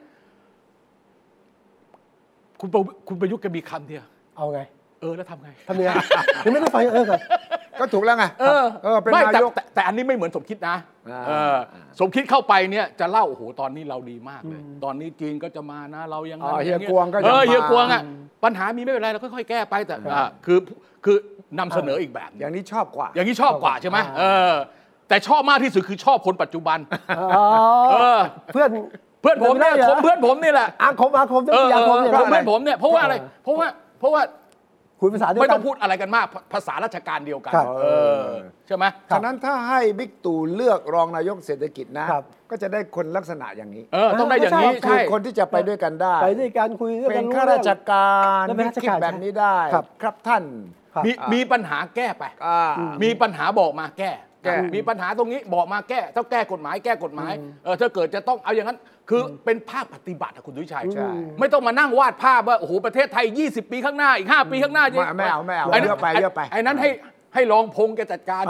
คุณประคุณประยุทธ์แกมีคำเดียวเอาไงเออแล้วทำไงทำไงยังไม่ได้ฟังเออก็ถูกแล้วไงเออเออเป็นนายกแต่แต่อันนี้ไม่เหมือนสมคิดนะเออสมคิดเข้าไปเนี่ยจะเล่าโอ้โหตอนนี้เราดีมากเลยตอนนี้จีนก็จะมานะเรายังเฮียกวงก็เออเฮียกวงอ่ะปัญหามีไม่เป็นไรเราค่อยๆแก้ไปแต่คือคือนำเสนออีกแบบอย่างนี้ชอบกว่าอย่างนี้ชอบกว่าใช่ไหมเออแต่ชอบมากที่สุดคือชอบคนปัจจุบันเพื่อนเพื่อนผมเนี่ยผมเพื่อนผมนี่แหละอาคมอาคมเออเพื่อนผมเนี่ยเพราะว่าอะไรเพราะว่าเพราะว่าคุยภาษาเดียวกันไม่ต้องพูดอะไรกันมากภาษาราชการเดียวกันใช่ไหมฉะนั้นถ้าให้บิ๊กตู่เลือกรองนายกเศรษฐกิจนะก็จะได้คนลักษณะอย่างนี้เออต้องได้อย่างนี้คือคนที่จะไปด้วยกันได้ไปด้วยกันคุยด้วยกันเป็นข้าราชการคิดแบบนี้ได้ครับท่านมีมีปัญหาแก้ไปมีปัญหาบอกมาแก้มีปัญหาตรงนี้บอกมาแก้ต้องแก้กฎหมายแก้กฎหมายเออถ้าเกิดจะต้องเอาอย่างนั้นคือเป็นภาคปฏิบัติคุณดุชัยไม่ต้องมานั่งวาดภาพว่าโอ้โหประเทศไทยยี่สิบปีข้างหน้าอีกห้าปีข้างหน้าไม่เอาไม่เอาเยอะไปเยอะไปไอ้นั้นให้ให้รองพงษ์แกจัดการ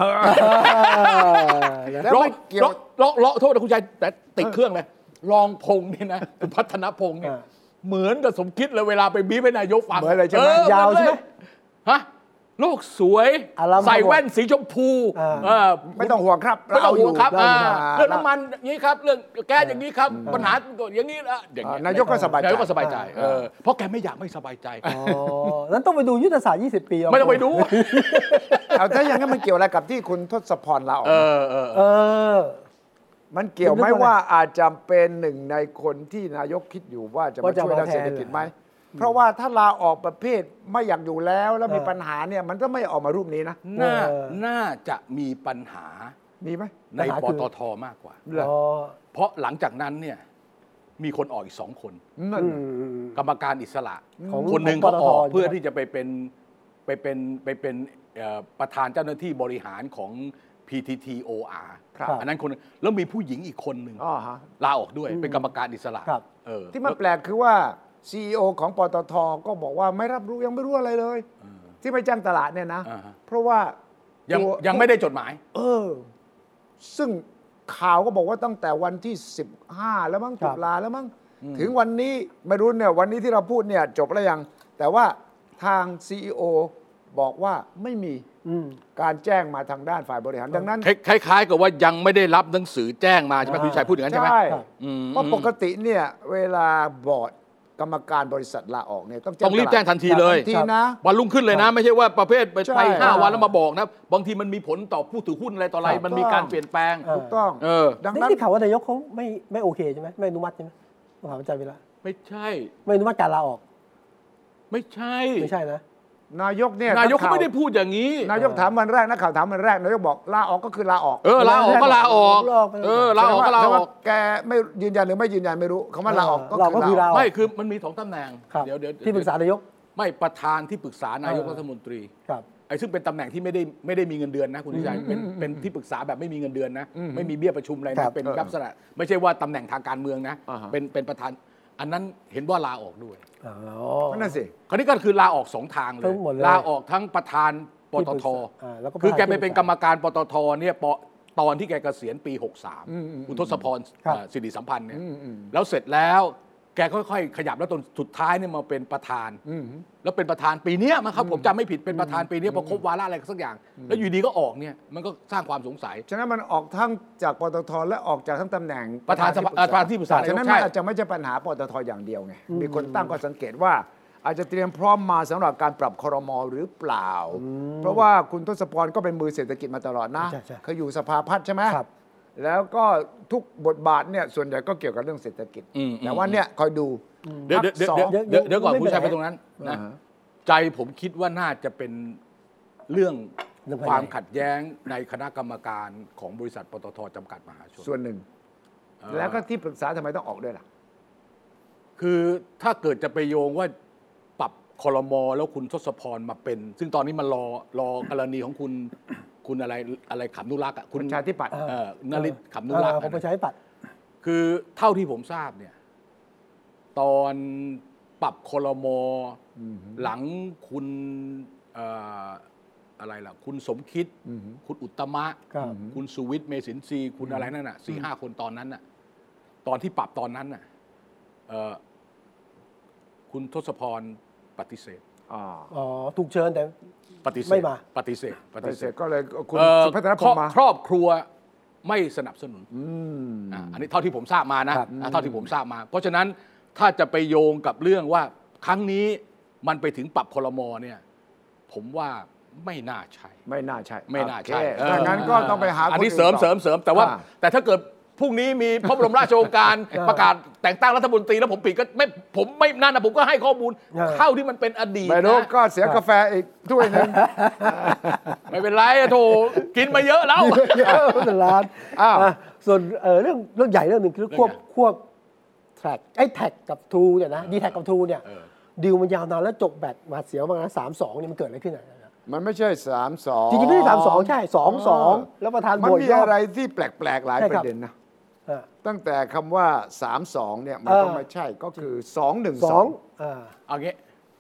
แล้วไม่เกี่ยวเลาะเลาะโทษนะคุณชัยแต่ติดเครื่องเลยรองพงษ์นี่นะพัฒนพงษ์เนี่ยเหมือนกับสมคิดเลยเวลาไปบีบให้นายกฟังเหมือนอะไรใช่ไหมยาวใช่ไหมฮะโลกสวยใส่แว่นสีชมพูไม่ต้องห่วงครับไม่ต้องห่วงครับเรื่องน้ำมันอย่างนี้ครับเรื่องแก๊สอย่างนี้ครับปัญหาอย่างนี้นะนายกก็สบายใจนายกก็สบายใจเพราะแกไม่อยากไม่สบายใจนั้นต้องไปดูยุทธศาสตร์ยี่สิบปีไม่ต้องไปดูเอาถ้าอย่างนั้นมันเกี่ยวอะไรกับที่คุณทศพรลาออกเออมันเกี่ยวไหมว่าอาจจะเป็นหนึ่งในคนที่นายกคิดอยู่ว่าจะมาช่วยด้านเศรษฐกิจไหมเพราะว่าถ้าลาออกประเภทไม่อยากอยู่แล้วแล้วมีปัญหาเนี่ยมันก็ไม่ออกมารูปนี้นะน่าน่าจะมีปัญหามีไหมในปตท.มากกว่าเพราะหลังจากนั้นเนี่ยมีคนออกอีกสองคนกรรมการอิสระคนหนึ่งเขาออกเพื่อที่จะไปเป็นไปเป็นไปเป็นประธานเจ้าหน้าที่บริหารของ พี ที ที โอ อาร์ อันนั้นคนแล้วมีผู้หญิงอีกคนหนึ่งลาออกด้วยเป็นกรรมการอิสระที่มันแปลกคือว่าซี อี โอ ของปตท.ก็บอกว่าไม่รับรู้ยังไม่รู้อะไรเลยที่ไปจ้างตลาดเนี่ยนะเพราะว่ายังยังไม่ได้จดหมายเออซึ่งข่าวก็บอกว่าตั้งแต่วันที่สิบห้าแล้วมั้งตุลาแล้วมั้งถึงวันนี้ไม่รู้เนี่ยวันนี้ที่เราพูดเนี่ยจบแล้วยังแต่ว่าทาง ซี อี โอ บอกว่าไม่มีการแจ้งมาทางด้านฝ่ายบริหารดังนั้นคล้ายๆกับว่ายังไม่ได้รับหนังสือแจ้งมาใช่ไหมคุณชัยพูดอย่างนั้นใช่ไหมใช่เพราะปกติเนี่ยเวลาบอร์ดกรรมการบริษัทลาออกเนี่ยต้องต้องรีบแจ้งทันทีเลยวันรุ่งขึ้นเลยนะไม่ใช่ว่าประเภทไปห้าวันแล้วมาบอกนะบางทีมันมีผลต่อผู้ถือหุ้นอะไรต่ออะไรมันมีการเปลี่ยนแปลงถูกต้องดังนั้นที่ข่าวว่านายกเขาไม่ไม่โอเคใช่ไหมไม่อนุมัติใช่ไหมต้องถามอาจารย์เวลาไม่ใช่ไม่อนุมัติการลาออกไม่ใช่ไม่ใช่นะนายกเนี่ยนายกเขาไม่ได้พูดอย่างนี้นายกถามวันแรกนักข่าวถามวันแรกนายกบอกลาออกก็คือลาออกเออลาออกก็ลาออกเออลาออกก็ลาออกแกไม่ยืนยันหรือไม่ยืนยันไม่รู้คำว่าลาออกก็คือลาออกไม่คือมันมีสองตำแหน่งเดี๋ยวเดี๋ยวที่ปรึกษานายกไม่ประธานที่ปรึกษานายกรัฐมนตรีไอ้ซึ่งเป็นตำแหน่งที่ไม่ได้ไม่ได้มีเงินเดือนนะคุณชัยเป็นเป็นที่ปรึกษาแบบไม่มีเงินเดือนนะไม่มีเบี้ยประชุมอะไรนะเป็นลักษณะไม่ใช่ว่าตำแหน่งทางการเมืองนะเป็นเป็นประธานอันนั้นเห็นว่าลาออกด้วยนั่นสิคราวนี้ก็คือลาออกสองทางเลยลาออกทั้งประธานปตท.คือแกไปเป็นกรรมการปตท.เนี่ยตอนที่แกเกษียณปีหกสามคุณทศพรสิริสัมพันธ์เนี่ยแล้วเสร็จแล้วแกค่อยๆขยับแล้วตอนสุดท้ายเนี่ยมาเป็นประธานแล้วเป็นประธานปีนี้มั้งครับผมจำไม่ผิดเป็นประธานปีนี้พอครบวาระอะไรสักอย่างแล้วอยู่ดีก็ออกเนี่ยมันก็สร้างความสงสัยฉะนั้นมันออกทั้งจากปตท.และออกจากทั้งตำแหน่งประธานประธานที่ปรึกษาฉะนั้นมันอาจจะไม่ใช่ปัญหาปตท.อย่างเดียวไงมีคนตั้งข้อสังเกตว่าอาจจะเตรียมพร้อมมาสำหรับการปรับครม.หรือเปล่าเพราะว่าคุณทศพรก็เป็นมือเศรษฐกิจมาตลอดนะเคยอยู่สภาพัฒน์ใช่ไหมแล้วก็ทุกบทบาทเนี่ยส่วนใหญ่ก็เกี่ยวกับเรื่องเศรษฐกิจแต่ว่าเนี่ยคอยดูเดี๋ยวเดี๋ยวเดี๋ยวเดี๋ยวก่อนผู้ชายไปตรงนั้นนะใจผมคิดว่าน่าจะเป็นเรื่องความขัดแย้งในคณะกรรมการของบริษัทปตท.จำกัดมหาชนส่วนหนึ่งแล้วก็ที่ปรึกษาทำไมต้องออกด้วยล่ะคือถ้าเกิดจะไปโยงว่าปรับครม.แล้วคุณทศพรมาเป็นซึ่งตอนนี้มันรอรอกรณีของคุณคุณอะไรอะไรขำนุรักษ์อ่ะคุณชาติปัตย์นฤทธิ์ขำนุรักษ์ของประชาธิปัตย์คือเท่าที่ผมทราบเนี่ยตอนปรับครม.หลังคุณอะไรล่ะคุณสมคิดคุณอุตตมะคุณสุวิทย์เมสินทรีย์คุณอะไรนั่นน่ะสี่ห้าคนตอนนั้นน่ะตอนที่ปรับตอนนั้นน่ะคุณทศพรปฏิเสธอ๋อถูกเชิญแต่ปฏิเสธไม่มาปฏิเสธปฏิเสธก็เลยคุณสุพัฒนพงษ์มาครอบครัวไม่สนับสนุนอันนี้เท่าที่ผมทราบมานะเท่าที่ผมทราบมาเพราะฉะนั้นถ้าจะไปโยงกับเรื่องว่าครั้งนี้มันไปถึงปรับครม.เนี่ยผมว่าไม่น่าใช่ไม่น่าใช่ไม่น่าใช่ดังนั้นก็ต้องไปหาอันนี้เสริมเสริมเสริมแต่ว่าแต่ถ้าเกิดพรุ่งนี้มีพระบรมราชโองการประกาศแต่งตั้งรัฐมนตรีแล้วผมผิดก็ไม่ผมไม่นั่นนะผมก็ให้ข้อมูลเท่าที่มันเป็นอดีตไม่รู้ก็เสียกาแฟอีกถ้วยนึงไม่เป็นไรโถกินมาเยอะแล้วเยอะเป็นล้านส่วนเรื่องเรื่องใหญ่เรื่องหนึ่งคือควบควบแท็กไอ้แท็กกับทูเนี่ยนะดีแท็กกับทูเนี่ยดีลมันยาวนานแล้วจบแบตมาเสียวมาสามสองนี่มันเกิดอะไรขึ้นอ่ะมันไม่ใช่สามสองจริงๆไม่ใช่สามสองใช่สองสองแล้วประธานมันมีอะไรที่แปลกๆหลายประเด็นนะตั้งแต่คำว่าสามสองเนี่ยมันก็ไม่ใช่ก็คือสองหนึ่งสองเอางี้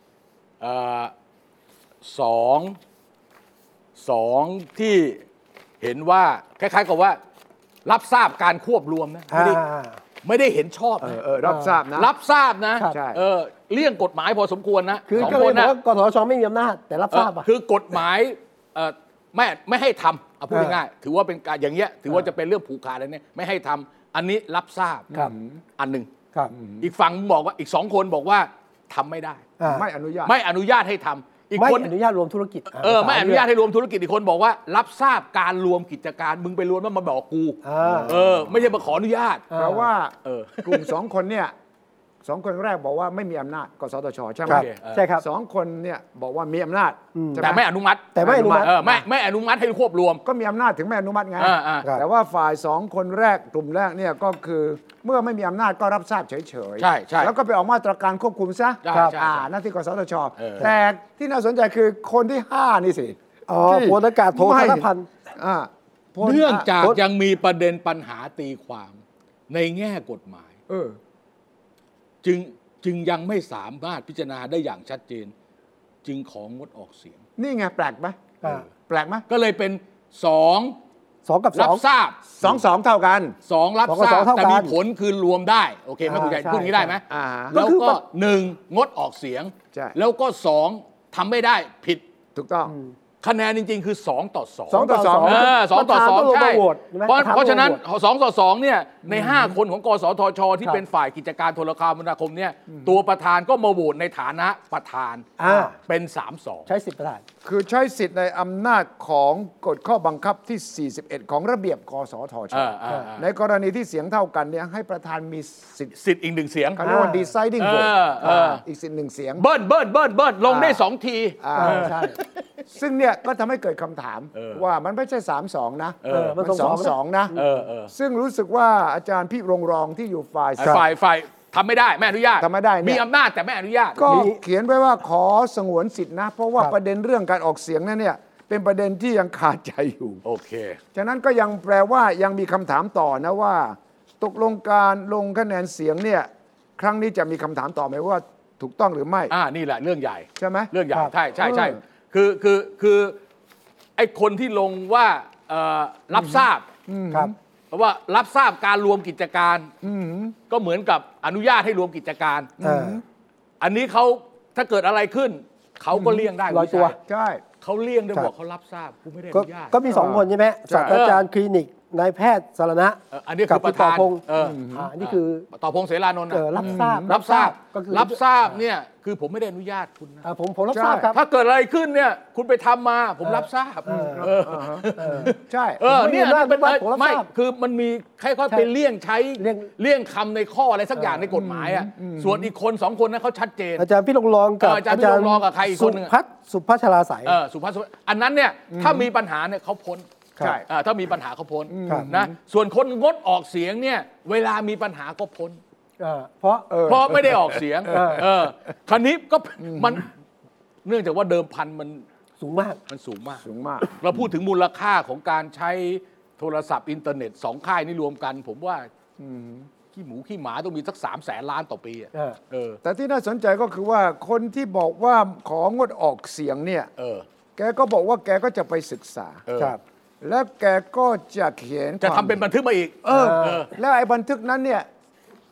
สองสองที่เห็นว่าคล้ายๆกับว่ารับทราบการควบรวมนะไม่ได้ไม่ได้เห็นชอบนะรับทราบนะรับทราบนะเออเลี่ยงกฎหมายพอสมควรนะคือก็เลยบอกว่ากสทช.ไม่มีอำนาจแต่รับทราบคือกฎหมายไม่ไม่ให้ทำเอาพูดง่ายๆถือว่าเป็นการอย่างเงี้ยถือว่าจะเป็นเรื่องผูกขาดอะไรเนี่ยไม่ให้ทำอันนี้รับทราบอันหนึ่งอีกฝั่งบอกว่าอีกสองคนบอกว่าทำไม่ได้ไม่อนุญาตไม่อนุญาตให้ทำอีกคนไม่อนุญาตรวมธุรกิจเออไม่อนุญาตให้รวมธุรกิจอีกคนบอกว่ารับทราบการรวมกิจการมึงไปรวมแล้วมาบอกกูเออไม่ใช่มาขออนุญาตเพราะว่ากลุ่มสองคนเนี่ยสองคนแรกบอกว่าไม่มีอำนาจกสทช.ใช่ไหมใช่ครับสองคนเนี่ยบอกว่ามีอำนาจแต่ไม่อนุมัติแต่ไม่อนุมัติไม่ไม่อนุมัติให้ควบรวมก็มีอำนาจถึงไม่อนุมัติไงแต่ว่าฝ่ายสองคนแรกกลุ่มแรกเนี่ยก็คือเมื่อไม่มีอำนาจก็รับทราบเฉยๆใช่ใช่แล้วก็ไปออกมาตรการควบคุมซะอ่าหน้าที่กสทช.แต่ที่น่าสนใจคือคนที่ห้านี่สิอ๋อพลอากาศโทธนพันธ์เนื่องจากยังมีประเด็นปัญหาตีความในแง่กฎหมายเออจึงจึงยังไม่สามารถพิจารณาได้อย่างชัดเจนจึงของงดออกเสียงนี่ไงแปลกไหมแปลกไหมก็เลยเป็นสองสองกับสองรับทราบสองสองเท่ากันสองรับทราบแต่มีผลคือรวมได้โอเคไหมคุณใหญ่พูดงี้ได้ไหมแล้วก็หนึ่งงดออกเสียงแล้วก็สองทำไม่ได้ผิดถูกต้องคะแนนจริงๆคือสองต่อสองสองต่อสองเออสองต่อสองใช่เพราะเพราะฉะนั้นสองต่อสองเนี่ยในห้าคนของกสทช.ที่เป็นฝ่ายกิจการโทรคมนาคมเนี่ยตัวประธานก็มาโหวตในฐานะประธานเป็นสามสองใช้สิทธิ์ประธานคือใช้สิทธิ์ในอำนาจของกฎข้อบังคับที่สี่สิบเอ็ดของระเบียบกสทช.ในกรณีที่เสียงเท่ากันเนี่ยให้ประธานมีสิทธิ์สิทธิ์อีกหนึ่งเสียงเขาเรียกว่า deciding vote อีกสิทธิ์หนึ่งเสียงเบิ้ลเบิ้ลเบิ้ลเบิ้ลลงได้สองทีใช่ซึ่งเนี่ยก็ทำให้เกิดคำถามว่ามันไม่ใช่สามสองนะมันสองสองนะซึ่งรู้สึกว่าอาจารย์พี่รงรองที่อยู่ฝ่ายฝ่ายฝ่ายทำไม่ได้ไม่อนุญาตทำไม่ได้มีอำนาจแต่ไม่อนุญาตก็เขียนไว้ว่าขอสงวนสิทธินะเพราะว่าประเด็นเรื่องการออกเสียงนั่นเนี่ยเป็นประเด็นที่ยังขาดใจอยู่โอเคฉะนั้นก็ยังแปลว่ายังมีคำถามต่อนะว่าตกลงการลงคะแนนเสียงเนี่ยครั้งนี้จะมีคำถามต่อไหมว่าถูกต้องหรือไม่อ่านี่แหละเรื่องใหญ่ใช่ไหมเรื่องใหญ่ใช่ใช่ใช่คือคือคือไอ้คนที่ลงว่ารับทราบเพราะว่ารับทราบการรวมกิจการก็เหมือนกับอนุญาตให้รวมกิจการอันนี้เขาถ้าเกิดอะไรขึ้นเขาก็เลี่ยงได้ลอยตัวใช่เขาเลี่ยงได้บอกเขารับทราบกูไม่ได้อนุญาตก็มีสองคนใช่ไหมศาสตราจารย์คลินิกนายแพทย์สารณะอันนี้คือประธานอันนี้คือต่อพงษ์เสรานนท์รับทราบรับทราบก็คือรับทราบเนี่ยคือผมไม่ได้อนุญาตคุณนะผมผมรับทราบครับถ้าเกิดอะไรขึ้นเนี่ยคุณไปทำมาผมรับทราบใช่เออเนี่ยไม่คือมันมีค่อยๆไปเลี่ยงใช้เลี่ยงคำในข้ออะไรสักอย่างในกฎหมายอ่ะส่วนอีกคนสองคนนั้นเขาชัดเจนอาจารย์พี่ลงรองกับอาจารย์พี่ลงรองกับใครอีกคนนึงสุพัฒน์สุพัชราสายเออสุพัฒน์อันนั้นเนี่ยถ้ามีปัญหาเนี่ยเขาพ้นใช่ถ้ามีปัญหาเขาพ้นนะส่วนคนงดออกเสียงเนี่ยเวลามีปัญหาก็พ้นเพราะเพราะไม่ได้ออกเสียงคราวนี้ก็มันเนื่องจากว่าเดิมพันมันสูงมากมันสูงมากสูงมากเราพูดถึงมูลค่าของการใช้โทรศัพท์อินเทอร์เน็ตสองค่ายนี้รวมกันผมว่าขี้หมูขี้หมาต้องมีสักสามแสนล้านต่อปีแต่ที่น่าสนใจก็คือว่าคนที่บอกว่าของดออกเสียงเนี่ยแกก็บอกว่าแกก็จะไปศึกษาแล้วแกก็จะเขียนจะทำเป็นบันทึกมาอีกเออแล้วไอ้บันทึกนั้นเนี่ย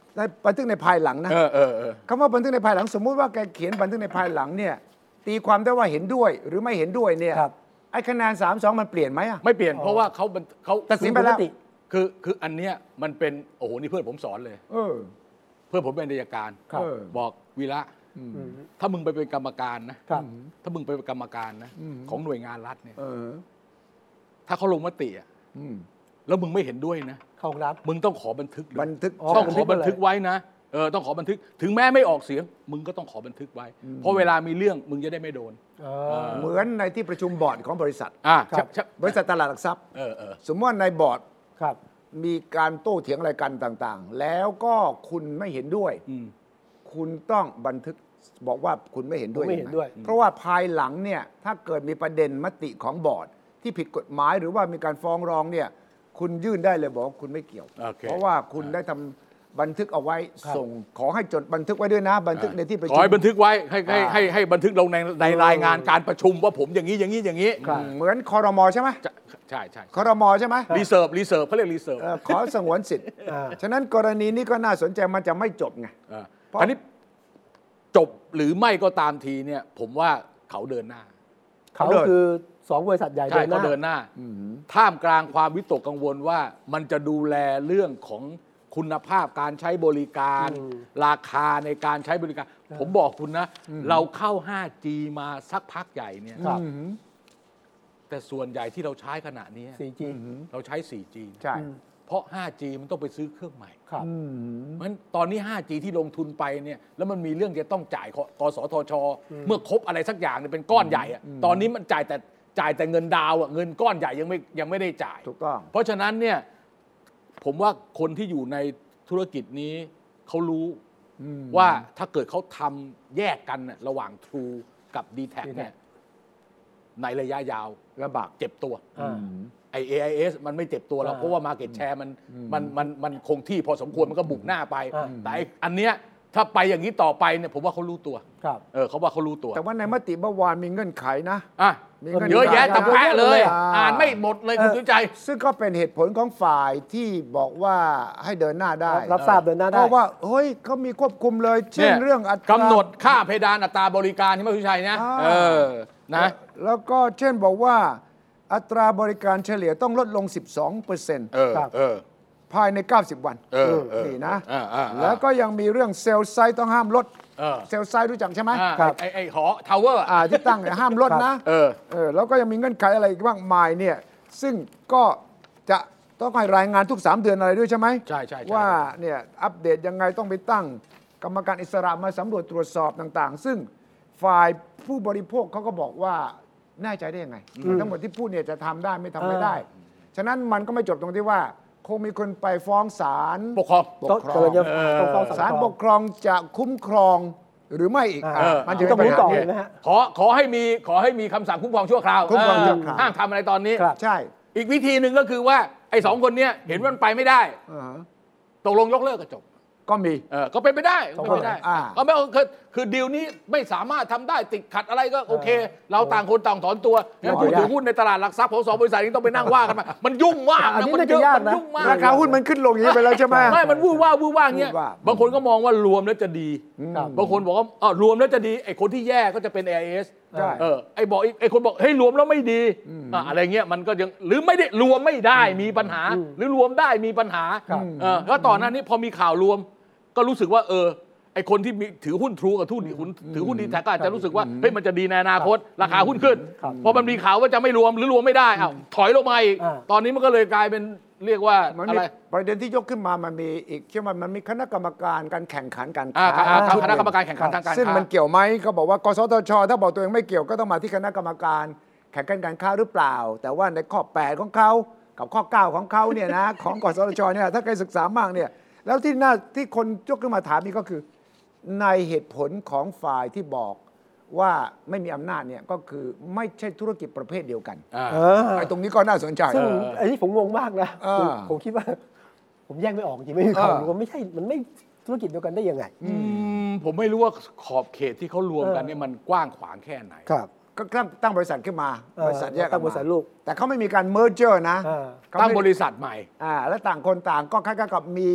ในบันทึกในภายหลังนะคำว่าบันทึกในภายหลังสมมุติว่าแกเขียนบันทึกในภายหลังเนี่ยตีความได้ว่าเห็นด้วยหรือไม่เห็นด้วยเนี่ยไอ้คะแนนสามสองมันเปลี่ยนไหมอ่ะไม่เปลี่ยนเพราะว่าเขาเขาตัดสินไปแล้วคือคืออันเนี้ยมันเป็นโอ้โหนี่เพื่อนผมสอนเลยเออเพื่อนผมเป็นอัยการบอกวีระถ้ามึงไปเป็นกรรมการนะถ้ามึงไปเป็นกรรมการนะของหน่วยงานรัฐเนี่ยถ้าเขาลงมติอ่ะแล้วมึงไม่เห็นด้วยนะเข้ารับมึงต้องขอบันทึกบันทึกต้องขอบันทึกไว้นะเออต้องขอบันทึกถึงแม้ไม่ออกเสียงมึงก็ต้องขอบันทึกไว้เพราะเวลามีเรื่องมึงจะได้ไม่โดนเหมือนในที่ประชุมบอร์ดของบริษัทบริษัทตลาดหลักทรัพย์สมมติว่าในบอร์ดมีการโต้เถียงอะไรกันต่างๆแล้วก็คุณไม่เห็นด้วยคุณต้องบันทึกบอกว่าคุณไม่เห็นด้วยเพราะว่าภายหลังเนี่ยถ้าเกิดมีประเด็นมติของบอร์ดที่ผิดกฎหมายหรือว่ามีการฟ้องร้องเนี่ยคุณยื่นได้เลยบอกคุณไม่เกี่ยวเพราะว่าคุณได้ทำบันทึกเอาไว้ส่งขอให้จดบันทึกไว้ด้วยนะบันทึกในที่ประชุมขอให้บันทึกไว้ให้ให้ให้ให้บันทึกลงในในรายงานการประชุมว่าผมอย่างนี้อย่างนี้อย่างนี้เหมือนครม.ใช่ไหมใช่ใช่ครม.ใช่ไหมรีเซิร์ฟรีเซิร์ฟเขาเรียกรีเซิร์ฟขอสงวนสิทธิ์ฉะนั้นกรณีนี้ก็น่าสนใจมันจะไม่จบไงอันนี้จบหรือไม่ก็ตามทีเนี่ยผมว่าเขาเดินหน้าเขาคือสองบริษัทใหญ่เดินหน้าเดินหน้าท่ามกลางความวิตกกังวลว่ามันจะดูแลเรื่องของคุณภาพการใช้บริการราคาในการใช้บริการผมบอกคุณนะเราเข้า ห้าจี มาสักพักใหญ่เนี่ยแต่ส่วนใหญ่ที่เราใช้ขณะนี้โฟร์จีเราใช้ โฟร์จีใช่เพราะ ห้าจี มันต้องไปซื้อเครื่องใหม่ครับเพราะฉะนั้นตอนนี้ ห้าจี ที่ลงทุนไปเนี่ยแล้วมันมีเรื่องจะต้องจ่ายกสทช.เมื่อครบอะไรสักอย่างเนี่ยเป็นก้อนใหญ่อะตอนนี้มันจ่ายแต่จ่ายแต่เงินดาวอะเงินก้อนใหญ่ยังไม่ยังไม่ได้จ่ายถูกต้องเพราะฉะนั้นเนี่ยผมว่าคนที่อยู่ในธุรกิจนี้เขารู้ว่าถ้าเกิดเขาทำแยกกันระหว่าง True กับ ดี แท็ก เนี่ยในระยะยาวลำบากเจ็บตัวไอ เอ ไอ เอส มันไม่เจ็บตัวหรอกเพราะว่า Market Share มันมันมันมันคงที่พอสมควรมันก็บุกหน้าไปแต่อันเนี้ยถ้าไปอย่างนี้ต่อไปเนี่ยผมว่าเขารู้ตัวเออเขาว่าเขารู้ตัวแต่ว่าในมติเมื่อวานมีเงื่อนไขนะอ่ะเยอะแยะแต่แปะเลยอ่านไม่หมดเลยคุณสุใจซึ่งก็เป็นเหตุผลของฝ่ายที่บอกว่าให้เดินหน้าได้รับทราบเดินหน้าได้เพราะว่าเฮ้ยเขามีควบคุมเลยเช่นเรื่องกำหนดค่าเพดานอัตราบริการใช่ไหมคุณสุชัยนะเออนะแล้วก็เช่นบอกว่าอัตราบริการเฉลี่ยต้องลดลง สิบสองเปอร์เซ็นต์ ภายในเก้าสิบวันนี่นะแล้วก็ยังมีเรื่องเซลล์ไซต์ต้องห้ามลดเซลล์ไซต์รู้จักใช่ไหมไอ้ไอ้หอทาวเวอร์ที่ตั้งเนี่ยห้ามลดนะแล้วก็ยังมีเงื่อนไขอะไรอีกมากมายเนี่ยซึ่งก็จะต้องให้รายงานทุกสามเดือนอะไรด้วยใช่ไหมใช่ใช่ว่าเนี่ยอัปเดตยังไงต้องไปตั้งกรรมการอิสระมาสำรวจตรวจสอบต่างๆซึ่งฝ่ายผู้บริโภคเขาก็บอกว่าแน่ใจได้ยังไงทั้งหมดที่พูดเนี่ยจะทำได้ไม่ทำไม่ได้ฉะนั้นมันก็ไม่จบตรงที่ว่าคงมีคนไปฟ้องศาลปกครองปกครองศาลปกครองจะคุ้มครองหรือไม่อีกมันจะต้องรู้ต่อเลยนะฮะขอขอให้มีขอให้มีคำสั่งคุ้มครองชั่วคราวห้ามทำอะไรตอนนี้ใช่อีกวิธีหนึ่งก็คือว่าไอ้สองคนนี้เห็นว่ามันไปไม่ได้ตกลงยกเลิกก็จบก็มีเออก็เป็นไปได้เป็นไปได้ก็ไม่คือคือดีลนี้ไม่สามารถทำได้ติดขัดอะไรก็โอเคเราต่างคนต่างถอนตัวงั้นผู้ถือหุ้นในตลาดหลักทรัพย์ของสองบริษัทนี้ต้องไปนั่งว่ากันมามันยุ่งมากนะมันเยอะมันยุ่งมากราคาหุ้นมันขึ้นลงอย่างนี้ไปแล้วใช่ไหมไม่มันวู่ว่าวู่ว่าเงี้ยบางคนก็มองว่ารวมแล้วจะดีบางคนบอกว่าอ๋อรวมแล้วจะดีไอ้คนที่แย่ก็จะเป็น เอ ไอ เอส เออไอ้บอกไอ้คนบอกเฮ้ยรวมแล้วไม่ดีอะไรเงี้ยมันก็ยังหรือไม่ได้รวมไม่ได้มีปัญหาหรือรวมได้มีปัญหาเออแล้วต่อหน้านี้พอมีข่าวรวมก็รู้สึกว่าเออไอคนที่มีถือหุ้นทรูกับทุนถือหุ้นดีแท็กก็อาจจะรู้สึกว่าเฮ้ยมันจะดีในอนาคตราคาหุ้นขึ้นพอมันมีข่าวว่าจะไม่รวมหรือรวมไม่ได้อ้าวถอยลงมาอีกตอนนี้มันก็เลยกลายเป็นเรียกว่าอะไรประเด็นที่ยกขึ้นมามันมีอีกใช่ไหมมันมีคณะกรรมการการแข่งขันกันคณะกรรมการแข่งขันทางการค้าซึ่งมันเกี่ยวไหมเขาบอกว่ากสทช.ถ้าบอกตัวเองไม่เกี่ยวก็ต้องมาที่คณะกรรมการแข่งขันการค้าหรือเปล่าแต่ว่าในข้อแปดของเขากับข้อเก้าของเขาเนี่ยนะของกสทช.เนี่ยถ้าใครศึกษามากเนี่ยแล้วที่น่าที่คนยกขึ้นมาถามนี่ก็คือในเหตุผลของฝ่ายที่บอกว่าไม่มีอำนาจเนี่ยก็คือไม่ใช่ธุรกิจประเภทเดียวกันไอ้ตรงนี้ก็น่าสนใจซึ่งไอ้ที่ผมงงมากนะผมคิดว่าผมแยกไม่ออกจริงไม่มีข่าวรวมไม่ใช่มันไม่ธุรกิจเดียวกันได้ยังไงผมไม่รู้ว่าขอบเขตที่เขารวมกันเนี่ยมันกว้างขวางแค่ไหนครับก็ตั้งบริษัทขึ้นมาบริษัทแยกตั้งบริษัทลูกแต่เขาไม่มีการเมอร์เจอร์นะตั้งบริษัทใหม่อ่าแล้วต่างคนต่างก็คล้ายๆกับมี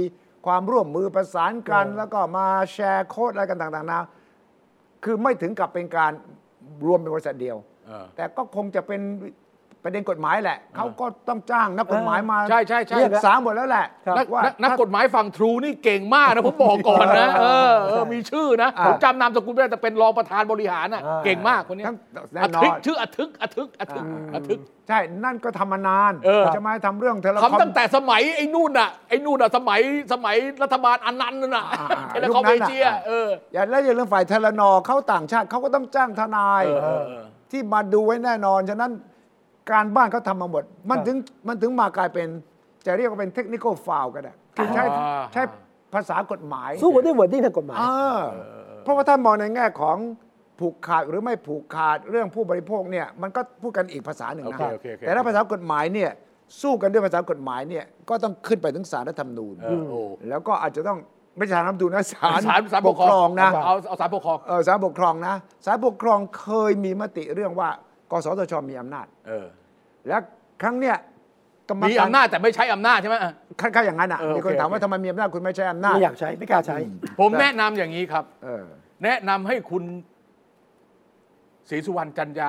ความร่วมมือประสานกันแล้วก็มาแชร์โค้ดอะไรกันต่างๆนะคือไม่ถึงกับเป็นการรวมเป็นบริษัทเดียวแต่ก็คงจะเป็นประเด็นกฎหมายแหละเขาก็ต้องจ้างนักกฎหมายมาใช่ใช่ใช่เรียกสามหมดแล้วแหละว่านักกฎหมายฝั่งทรูนี่เก่งมากนะผมบอกก่อนนะเออมีชื่อนะผมจำนามสกุลไม่ได้แต่เป็นรองประธานบริหารน่ะเก่งมากคนนี้อทึกชื่ออทึกอทึกอทึกอทึกใช่นั่นก็ทำมานานจะมาทำเรื่องเทเลคอมทำตั้งแต่สมัยไอ้นู่นน่ะไอ้นู่นน่ะสมัยสมัยรัฐบาลอันนั้นน่ะเทเลคอมเอเชียเอออย่าแล้วอย่าเรื่องฝ่ายเทเลนอเขาต่างชาติเขาก็ต้องจ้างทนายที่มาดูไว้แน่นอนฉะนั้นการบ้านเขาทำมาหมดมันถึงมันถึงมากลายเป็นจะเรียกว่าเป็นเทคนิคอลฟาวก็ได้คือใช้ใช้ภาษากฎหมายสู้กันด้วยวอร์ดดิ้งทางกฎหมายเพราะว่าถ้ามองในแง่ของผูกขาดหรือไม่ผูกขาดเรื่องผู้บริโภคเนี่ยมันก็พูดกันอีกภาษาหนึ่งนะแต่ถ้าภาษากฎหมายเนี่ยสู้กันด้วยภาษากฎหมายเนี่ยก็ต้องขึ้นไปถึงศาลรัฐธรรมนูญแล้วก็อาจจะต้องไม่ใช่ศาลรัฐธรรมนูญนะศาลปกครองนะเอาเอาศาลปกครองเออศาลปกครองนะศาลปกครองเคยมีมติเรื่องว่ากสทชมีอำนาจแล้วครั้งเนี้ยมีอำนาจแต่ไม่ใช้อำนาจใช่ไหมค่าอย่างนั้นอ่ะมีคนถามว่าทำไมมีอำนาจคุณไม่ใช้อำนาจไม่อยากใช้ไม่กล้าใช้ผมแนะนำอย่างนี้ครับแนะนำให้คุณศรีสุวรรณจันยา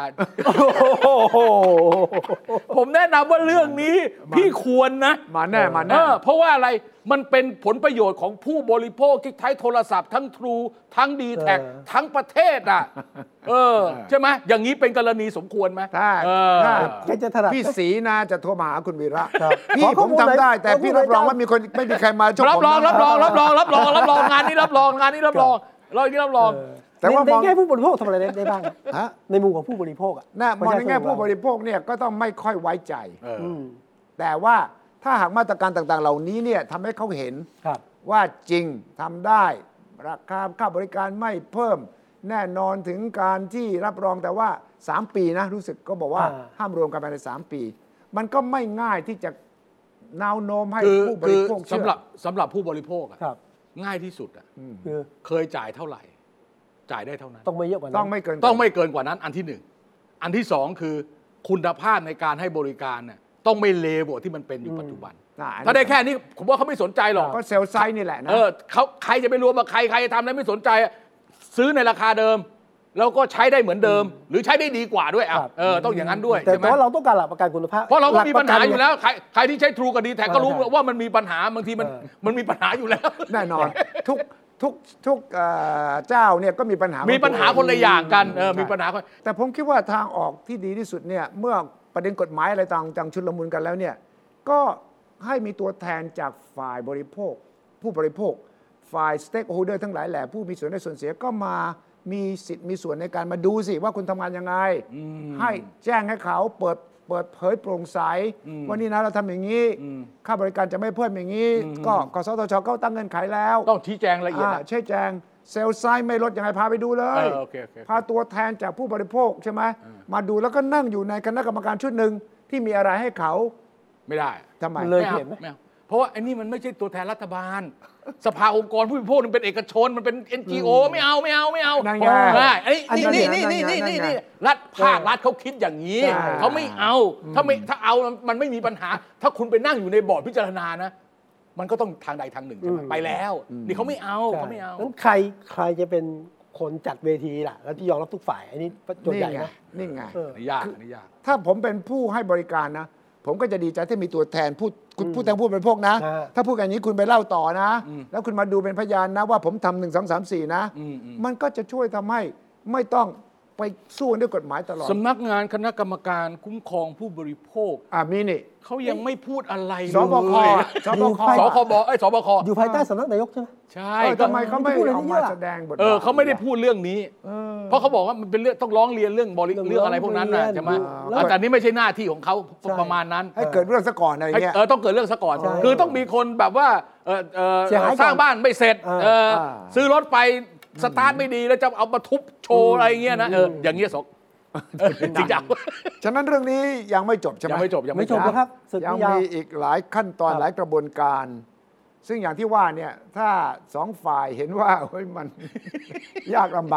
ผมแนะนำว่าเรื่องนี้พี่ควรนะมาแน่มาแน่เพราะว่าอะไรมันเป็นผลประโยชน์ของผู้บริโภคที่ใช้โทรศัพท์ทั้งทรูทั้งดีแท็กทั้งประเทศอ่ะเออใช่ไหมอย่างนี้เป็นกรณีสมควรไหมใช่พี่ศรีนะจะโทรมาหาคุณวีระพี่ผมทำได้แต่พี่รับรองว่ามีคนไม่มีใครมาชมผมรับรองรับรองรับรองรับรองรับรองงานนี้รับรองงานนี้รับรองเราที่รับรองแต่ว่าในแง่ผู้บริโภคทำอะไรได้บ้างในมุมของผู้บริโภคอ่ะนะมองในแง่ผู้บริโภคเนี่ยก็ต้องไม่ค่อยไว้ใจแต่ว่าถ้าหากมาตรการต่างๆเหล่านี้เนี่ยทำให้เขาเห็นว่าจริงทำได้ราคาค่าบริการไม่เพิ่มแน่นอนถึงการที่รับรองแต่ว่าสามปีนะรู้สึกก็บอกว่าห้ามรวมกันภายในสามปีมันก็ไม่ง่ายที่จะแนวโน้มให้ผู้บริโภคเชื่อสำหรับสำหรับผู้บริโภคอ่ะง่ายที่สุดอ่ะเคยจ่ายเท่าไหร่จ่ายได้เท่านั้นต้องไม่เยอะกว่านั้นต้องไม่เกินต้องไม่เกินกว่านั้นอันที่หนึ่งอันที่สองคือคุณภาพในการให้บริการเนี่ยต้องไม่เลวกว่าที่มันเป็นอยู่ปัจจุบันถ้าได้แค่นี้ผมว่าเขาไม่สนใจหรอกก็เซลล์ไซน์นี่แหละนะเออเขาใครจะไปรวมกับใครใครทำอะไรไม่สนใจซื้อในราคาเดิมแล้วก็ใช้ได้เหมือนเดิมหรือใช้ได้ดีกว่าด้วยอ่ะเออต้องอย่างนั้นด้วยแต่เพราะเราต้องการหลักประกันคุณภาพเพราะเราก็มีปัญหาอยู่แล้วใครใครที่ใช้ทรูกับดีแท็กก็รู้ว่ามันมีปัญหาบางทีมันมันมีปัญหาอยู่แล้วแน่นอนทุกทุกทุกเจ้าเนี่ยก็มีปัญหามีปัญหาคนละอย่างกันเออมีปัญหาแต่ผมคิดว่าทางออกที่ดีที่สุดเนี่ยเมื่อประเด็นกฎหมายอะไรต่างจังชุลมุนกันแล้วเนี่ยก็ให้มีตัวแทนจากฝ่ายบริโภคผู้บริโภคฝ่ายสเต็กโฮเดอร์ทั้งหลายแหล่ผู้มีส่วนได้ส่วนเสียก็มามีสิทธิ์มีส่วนในการมาดูสิว่าคุณทำงานยังไงให้แจ้งให้เขาเปิดเปิดเผยโปร่งใสว่านี่นะเราทำอย่างนี้ค่าบริการจะไม่เพิ่มอย่างนี้ก็กสทชก็ตั้งเงื่อนไขแล้วต้องชี้แจงละเอียดชี้แจงเซลล์ไซน์ไม่ลดยังไงพาไปดูเลยพาตัวแทนจากผู้บริโภคใช่ไหมมาดูแล้วก็นั่งอยู่ในคณะกรรมการชุดหนึ่งที่มีอะไรให้เขาไม่ได้ทำไมเลยเห็นไหมเพราะว่าไอ้นี่มันไม่ใช่ตัวแทนรัฐบาลสภาองค์กรผู้บริโภคมันเป็นเอกชนมันเป็น เอ็น จี โอ ไม่เอาไม่เอาไม่เอานั่นไงนี่นี่นี่นี่นี่นี่รัฐภาครัฐเขาคิดอย่างนี้เขาไม่เอาถ้าไม่ถ้าเอามันไม่มีปัญหาถ้าคุณไปนั่งอยู่ในบอร์ดพิจารณานะมันก็ต้องทางใดทางหนึ่งใช่ไหมไปแล้วนี่เขาไม่เอาเขาไม่เอางั้นใครใครจะเป็นคนจัดเวทีล่ะแล้วที่ยอมรับทุกฝ่ายอันนี้โจทย์ใหญ่นะนี่ไงนี่ยากนี่ยากถ้าผมเป็นผู้ให้บริการนะผมก็จะดีใจที่มีตัวแทนพูดคุณพูดแทนพูดเป็นพวกนะถ้าพูดอย่างนี้คุณไปเล่าต่อนะแล้วคุณมาดูเป็นพยานนะว่าผมทำหนึ่งสองสามสี่นะมันก็จะช่วยทำให้ไม่ต้องไปสู้ด้วยกฎหมายตลอดสำนักงานคณะกรรมการคุ้มครองผู้บริโภคอ่ามีนี่เขายังไม่พูดอะไรเลยสบคสบคสคบเอ้ยสบคอยู่ภายใต้สำนักนายกใช่ไหมใช่ทำไมเขาไม่เอามาแสดงบทบาทเออเขาไม่ได้พูดเรื่องนี้เพราะเขาบอกว่ามันเป็นเรื่องต้องร้องเรียนเรื่องบริเรื่องอะไรพวกนั้นนะใช่ไหมแต่นี้ไม่ใช่หน้าที่ของเขาประมาณนั้นให้เกิดเรื่องซะก่อนอะไรเงี้ยเออต้องเกิดเรื่องซะก่อนคือต้องมีคนแบบว่าเออเออสร้างบ้านไม่เสร็จเออซื้อรถไปสตาร์ทไม่ดีแล้วจะเอามาทุบโชว์อะไรเงี้ยนะเอออย่างเงี้ยสกจริงจังฉะนั้นเรื่องนี้ยังไม่จบใช่ไหมยังไม่จบยังไม่จบนะครับยังมีอีกหลายขั้นตอนหลายกระบวนการซึ่งอย่างที่ว่าเนี่ยถ้าสองฝ่ายเห็นว่าเฮ้ยมันยากลำบาก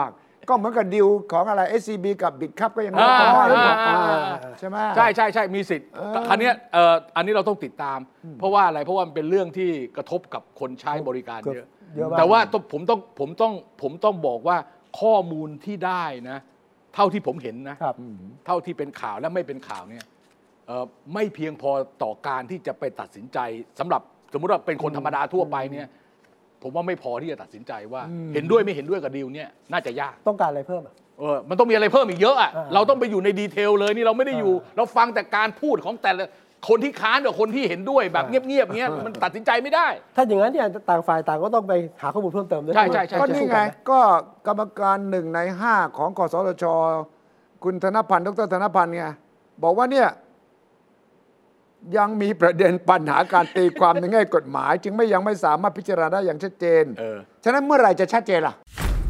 ก็เหมือนกับดีลของอะไร เอส ซี บี กับ Big Cup ก็ยังไม่ได้ใช่ไหมใช่ใช่ใช่มีสิทธิ์คราวนี้เอ่ออันนี้เราต้องติดตามเพราะว่าอะไรเพราะว่ามันเป็นเรื่องที่กระทบกับคนใช้บริการเยอะแต่ว่าผมต้องผมต้องผมต้องบอกว่าข้อมูลที่ได้นะเท่าที่ผมเห็นนะเท่าที่เป็นข่าวและไม่เป็นข่าวเนี่ยไม่เพียงพอต่อการที่จะไปตัดสินใจสำหรับสมมติว่าเป็นคนธรรมดาทั่วไปเนี่ยผมว่าไม่พอที่จะตัดสินใจว่าเห็นด้วยไม่เห็นด้วยกับดีลเนี่ยน่าจะยากต้องการอะไรเพิ่มอ่ะเออมันต้องมีอะไรเพิ่มอีกเยอะอ่ะเราต้องไปอยู่ในดีเทลเลยนี่เราไม่ได้อยู่เราฟังแต่การพูดของแต่ละคนที่ค้านกับคนที่เห็นด้วยแบบเงียบๆเงี้ยมันตัดสินใจไม่ได้ถ้าอย่างนั้นเนี่ยต่างฝ่ายต่างก็ต้องไปหาข้อมูลเพิ่มเติมด้วยใช่ใช่ใช่ก็นี่ไงก็กรรมการหนึ่งในห้าของกสทช.คุณธนพันธ์ดร.ธนพันธ์ไงบอกว่าเนี่ยยังมีประเด็นปัญหาการตีความในแง่กฎหมายจึงไม่ยังไม่สามารถพิจารณาได้อย่างชัดเจนเออฉะนั้นเมื่อไหร่จะชัดเจนล่ะ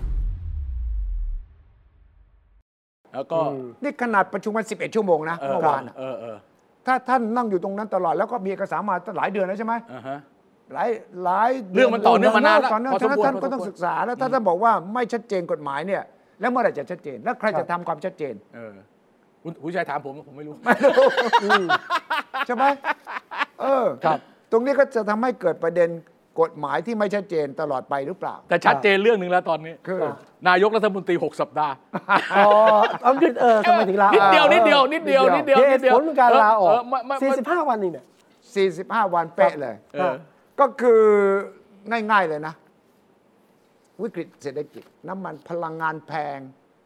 แล้วก็นี่ขนาดประชุมกันสิบเอ็ดชั่วโมงนะเมื่อวานเออเออถ้าท่านนั่งอยู่ตรงนั้นตลอดแล้วก็มีเอกสารมาหลายเดือนแล้วใช่ไหมหลายหลายเรื่องมันต่อเนื่องมานานแล้วฉะนั้นท่านก็ต้องศึกษาแล้วถ้าท่านบอกว่าไม่ชัดเจนกฎหมายเนี่ยแล้วเมื่อไหร่จะชัดเจนแล้วใครจะทำความชัดเจนคุณผู้ชายถามผมผมไม่รู้ใช่ไหมเออครับตรงนี้ก็จะทำให้เกิดประเด็นกฎหมายที่ไม่ชัดเจนตลอดไปหรือเปล่าแต่ชัดเจนเรื่องหนึ่งแล้วตอนนี้คือนายกรัฐมนตรีหกสัปดาห์อ๋อเอาขึ้นเออทำไมถึงลาออกนิดเดียวนิดเดียวนิดเดียวนิดเดียวนิดเดียวผลการลาออกสี่สิบห้าวันนี่เนี่ยสี่สิบห้าวันเป๊ะเลยก็คือง่ายๆเลยนะวิกฤตเศรษฐกิจน้ำมันพลังงานแพง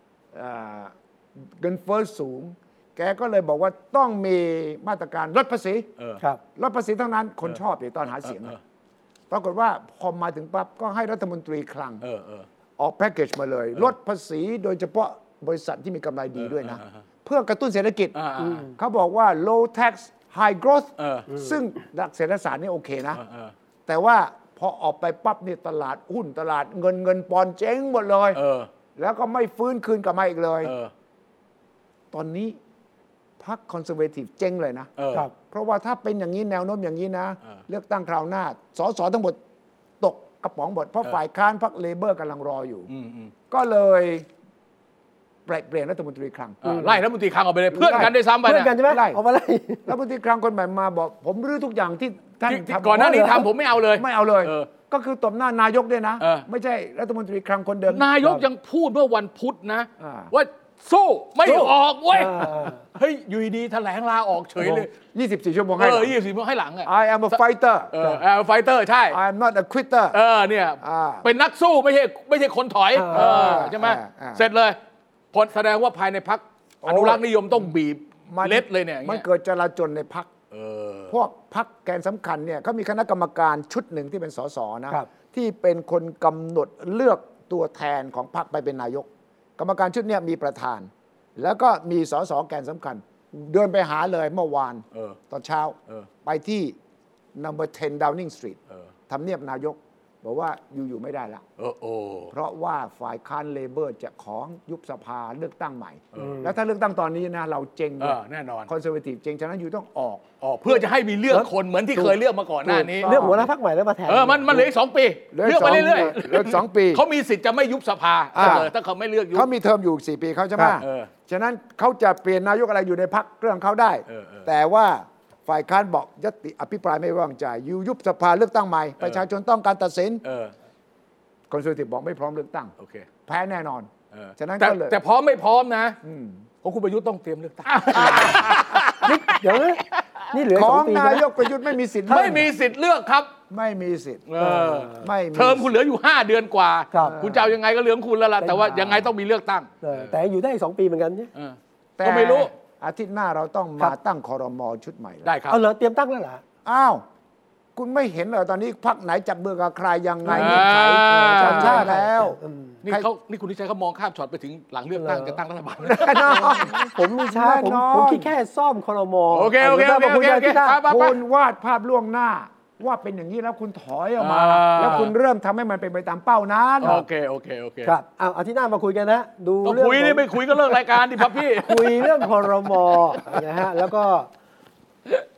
เงินเฟ้อสูงแกก็เลยบอกว่าต้องมีมาตรการลดภาษีลดภาษีทั้งนั้นคนชอบอยู่ตอนหาเสียงปรากฏว่าพอมาถึงปั๊บก็ให้รัฐมนตรีคลังออกแพ็กเกจมาเลยลดภาษีโดยเฉพาะบริษัทที่มีกำไรดีด้วยนะเพื่อกระตุ้นเศรษฐกิจเขาบอกว่า low tax high growth ซึ่งดักเศรษฐศาสตร์นี่โอเคนะแต่ว่าพอออกไปปั๊บนี่ตลาดหุ้นตลาดเงินเงินปอนเจ๊งหมดเลยแล้วก็ไม่ฟื้นคืนกลับมาอีกเลยตอนนี้พรรคคอนเซอร์เวทีฟเจ๊งเลยนะเพราะว่าถ้าเป็นอย่างนี้แนวโน้มอย่างนี้นะเลือกตั้งคราวหน้าสสทั้งหมดตกกระป๋องหมดเพราะฝ่ายค้านพรรคเลเบอร์กำลังรออยู่ก็เลยเปลี่ยนรัฐมนตรีคลังไล่รัฐมนตรีคลังออกไปเลยเพื่อนกันได้ซ้ำไปนะเพื่อนกันใช่ไหมเอาไปไล่รัฐมนตรีคลังคนใหม่มาบอกผมรื้อทุกอย่างที่ท่านทำก่อนหน้านี้ทำผมไม่เอาเลยไม่เอาเลยก็คือตบหน้านายกด้วยนะไม่ใช่รัฐมนตรีคลังคนเดิมนายกยังพูดเมื่อวันพุธนะว่าสู้ไม่ออกเว้ยเฮ้ยอยู่ดีแถลงลาออกเฉยเลยยี่สิบสี่ชั่วโมงให้เออยี่สิบสี่ชั่วโมงให้หลังอ่ะ I am a fighter เออ I am a fighter ใช่ I am not a quitter เออเนี่ยเป็นนักสู้ไม่ใช่ไม่ใช่คนถอยเออใช่ไหมเสร็จเลยผลแสดงว่าภายในพรรคอนุรักษ์นิยมต้องบีบเล็ดเลยเนี่ยมันเกิดจลาจลในพรรคพวกพรรคแกนสำคัญเนี่ยเขามีคณะกรรมการชุดหนึ่งที่เป็นสสนะที่เป็นคนกำหนดเลือกตัวแทนของพรรคไปเป็นนายกกรรมการชุดนี้มีประธานแล้วก็มีสสแกนสำคัญเดินไปหาเลยเมื่อวานตอนเช้าไปที่ number สิบ Downing Street ทำเนียบนายกบอกว่าอยู่ๆไม่ได้ละเพราะว่าฝ่ายค้านเลเบอร์จะขอยุบสภาเลือกตั้งใหม่แล้วถ้าเลือกตั้งตอนนี้นะเราเจ๊งแน่นอนคอนเซอร์เวทีฟเจ๊งฉะนั้นอยู่ต้องออกออกเพื่อจะให้มีเลือกคนเหมือนที่เคยเลือกมาก่อนหน้านี้เลือกหัวหน้าพรรคใหม่แล้วมาแทนเออมันมันเหลืออีกสองปีเลือกไปเรื่อยๆเลือกสองปีเขามีสิทธิ์จะไม่ยุบสภาถ้าเขาไม่เลือกยุบเขามีเทอมอยู่สี่ปีเขาใช่ไหมฉะนั้นเขาจะเปลี่ยนนายกอะไรอยู่ในพรรคเรื่องเขาได้แต่ว่าฝ่ายค้านบอกยติอภิปรายไม่ไว้วางใจยูยุบสภาเลือกตั้งใหม่ประชาชนต้องการตัดสินคอนเซอร์เวทีฟบอกไม่พร้อมเลือกตั้งแพ้แน่นอนฉะนั้นก็เลยแต่พร้อมไม่พร้อมนะเพราะคุณประยุทธ์ต้องเตรียมเลือกตั้งเดี๋ยวนี่เหลือของนายกประยุทธ์ไม่มีสิทธิ์ไม่มีสิทธิ์เลือกครับไม่มีสิทธิ์ไม่เทอมคุณเหลืออยู่ห้าเดือนกว่าคุณจะเอายังไงก็เรื่องคุณแล้วล่ะแต่ว่ายังไงต้องมีเลือกตั้งแต่อยู่ได้อีกสองปีเหมือนกันใช่ก็ไม่รู้อาทิตย์หน้าเราต้องมาตั้งครม.ชุดใหม่ได้ครับเอาเหรอเตรียมตั้งแล้วเหรออ้าวคุณไม่เห็นเหรอตอนนี้พรรคไหนจับมือกับใครยังไงนี่ใครชาติชาติแล้วนี่เขานี่คุณทิชัยเขามองข้ามช็อตไปถึงหลังเลือกตั้งจะตั้งรัฐบาลผมมีช้าผมผมคิดแค่ซ่อมครม. โอเคโอเคโอเคโอเคคุณวาดภาพล่วงหน้าว่าเป็นอย่างนี้แล้วคุณถอยออกมาแล้วคุณเริ่มทำให้มันเป็นไปตามเป้านั้นโอเคโอเคโอเคครับเอาอาทิตย์หน้ามาคุยกันนะดูเรื่องคุยนี่ไม่คุยก็เลิกรายการดิครับพี่คุยเรื่องครม.นะฮะแล้วก็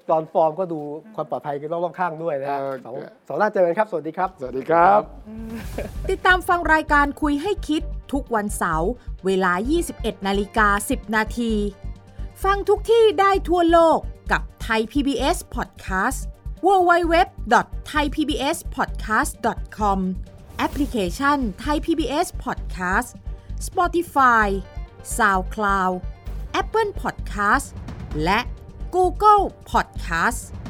ตอนฟอร์มก็ดูความปลอดภัยกันรอบข้างด้วยนะสองสองหน้าเจอกันครับสวัสดีครับสวัสดีครับติดตามฟังรายการคุยให้คิดทุกวันเสาร์เวลา ยี่สิบเอ็ดนาฬิกาสิบนาทีฟังทุกที่ได้ทั่วโลกกับ Thai พี บี เอส Podcastดับเบิลยู ดับเบิลยู ดับเบิลยู ดอท ไทยพีบีเอสพอดแคสต์ ดอท คอม แอปพลิเคชัน Thai พี บี เอส Podcast Spotify SoundCloud Apple Podcast และ Google Podcast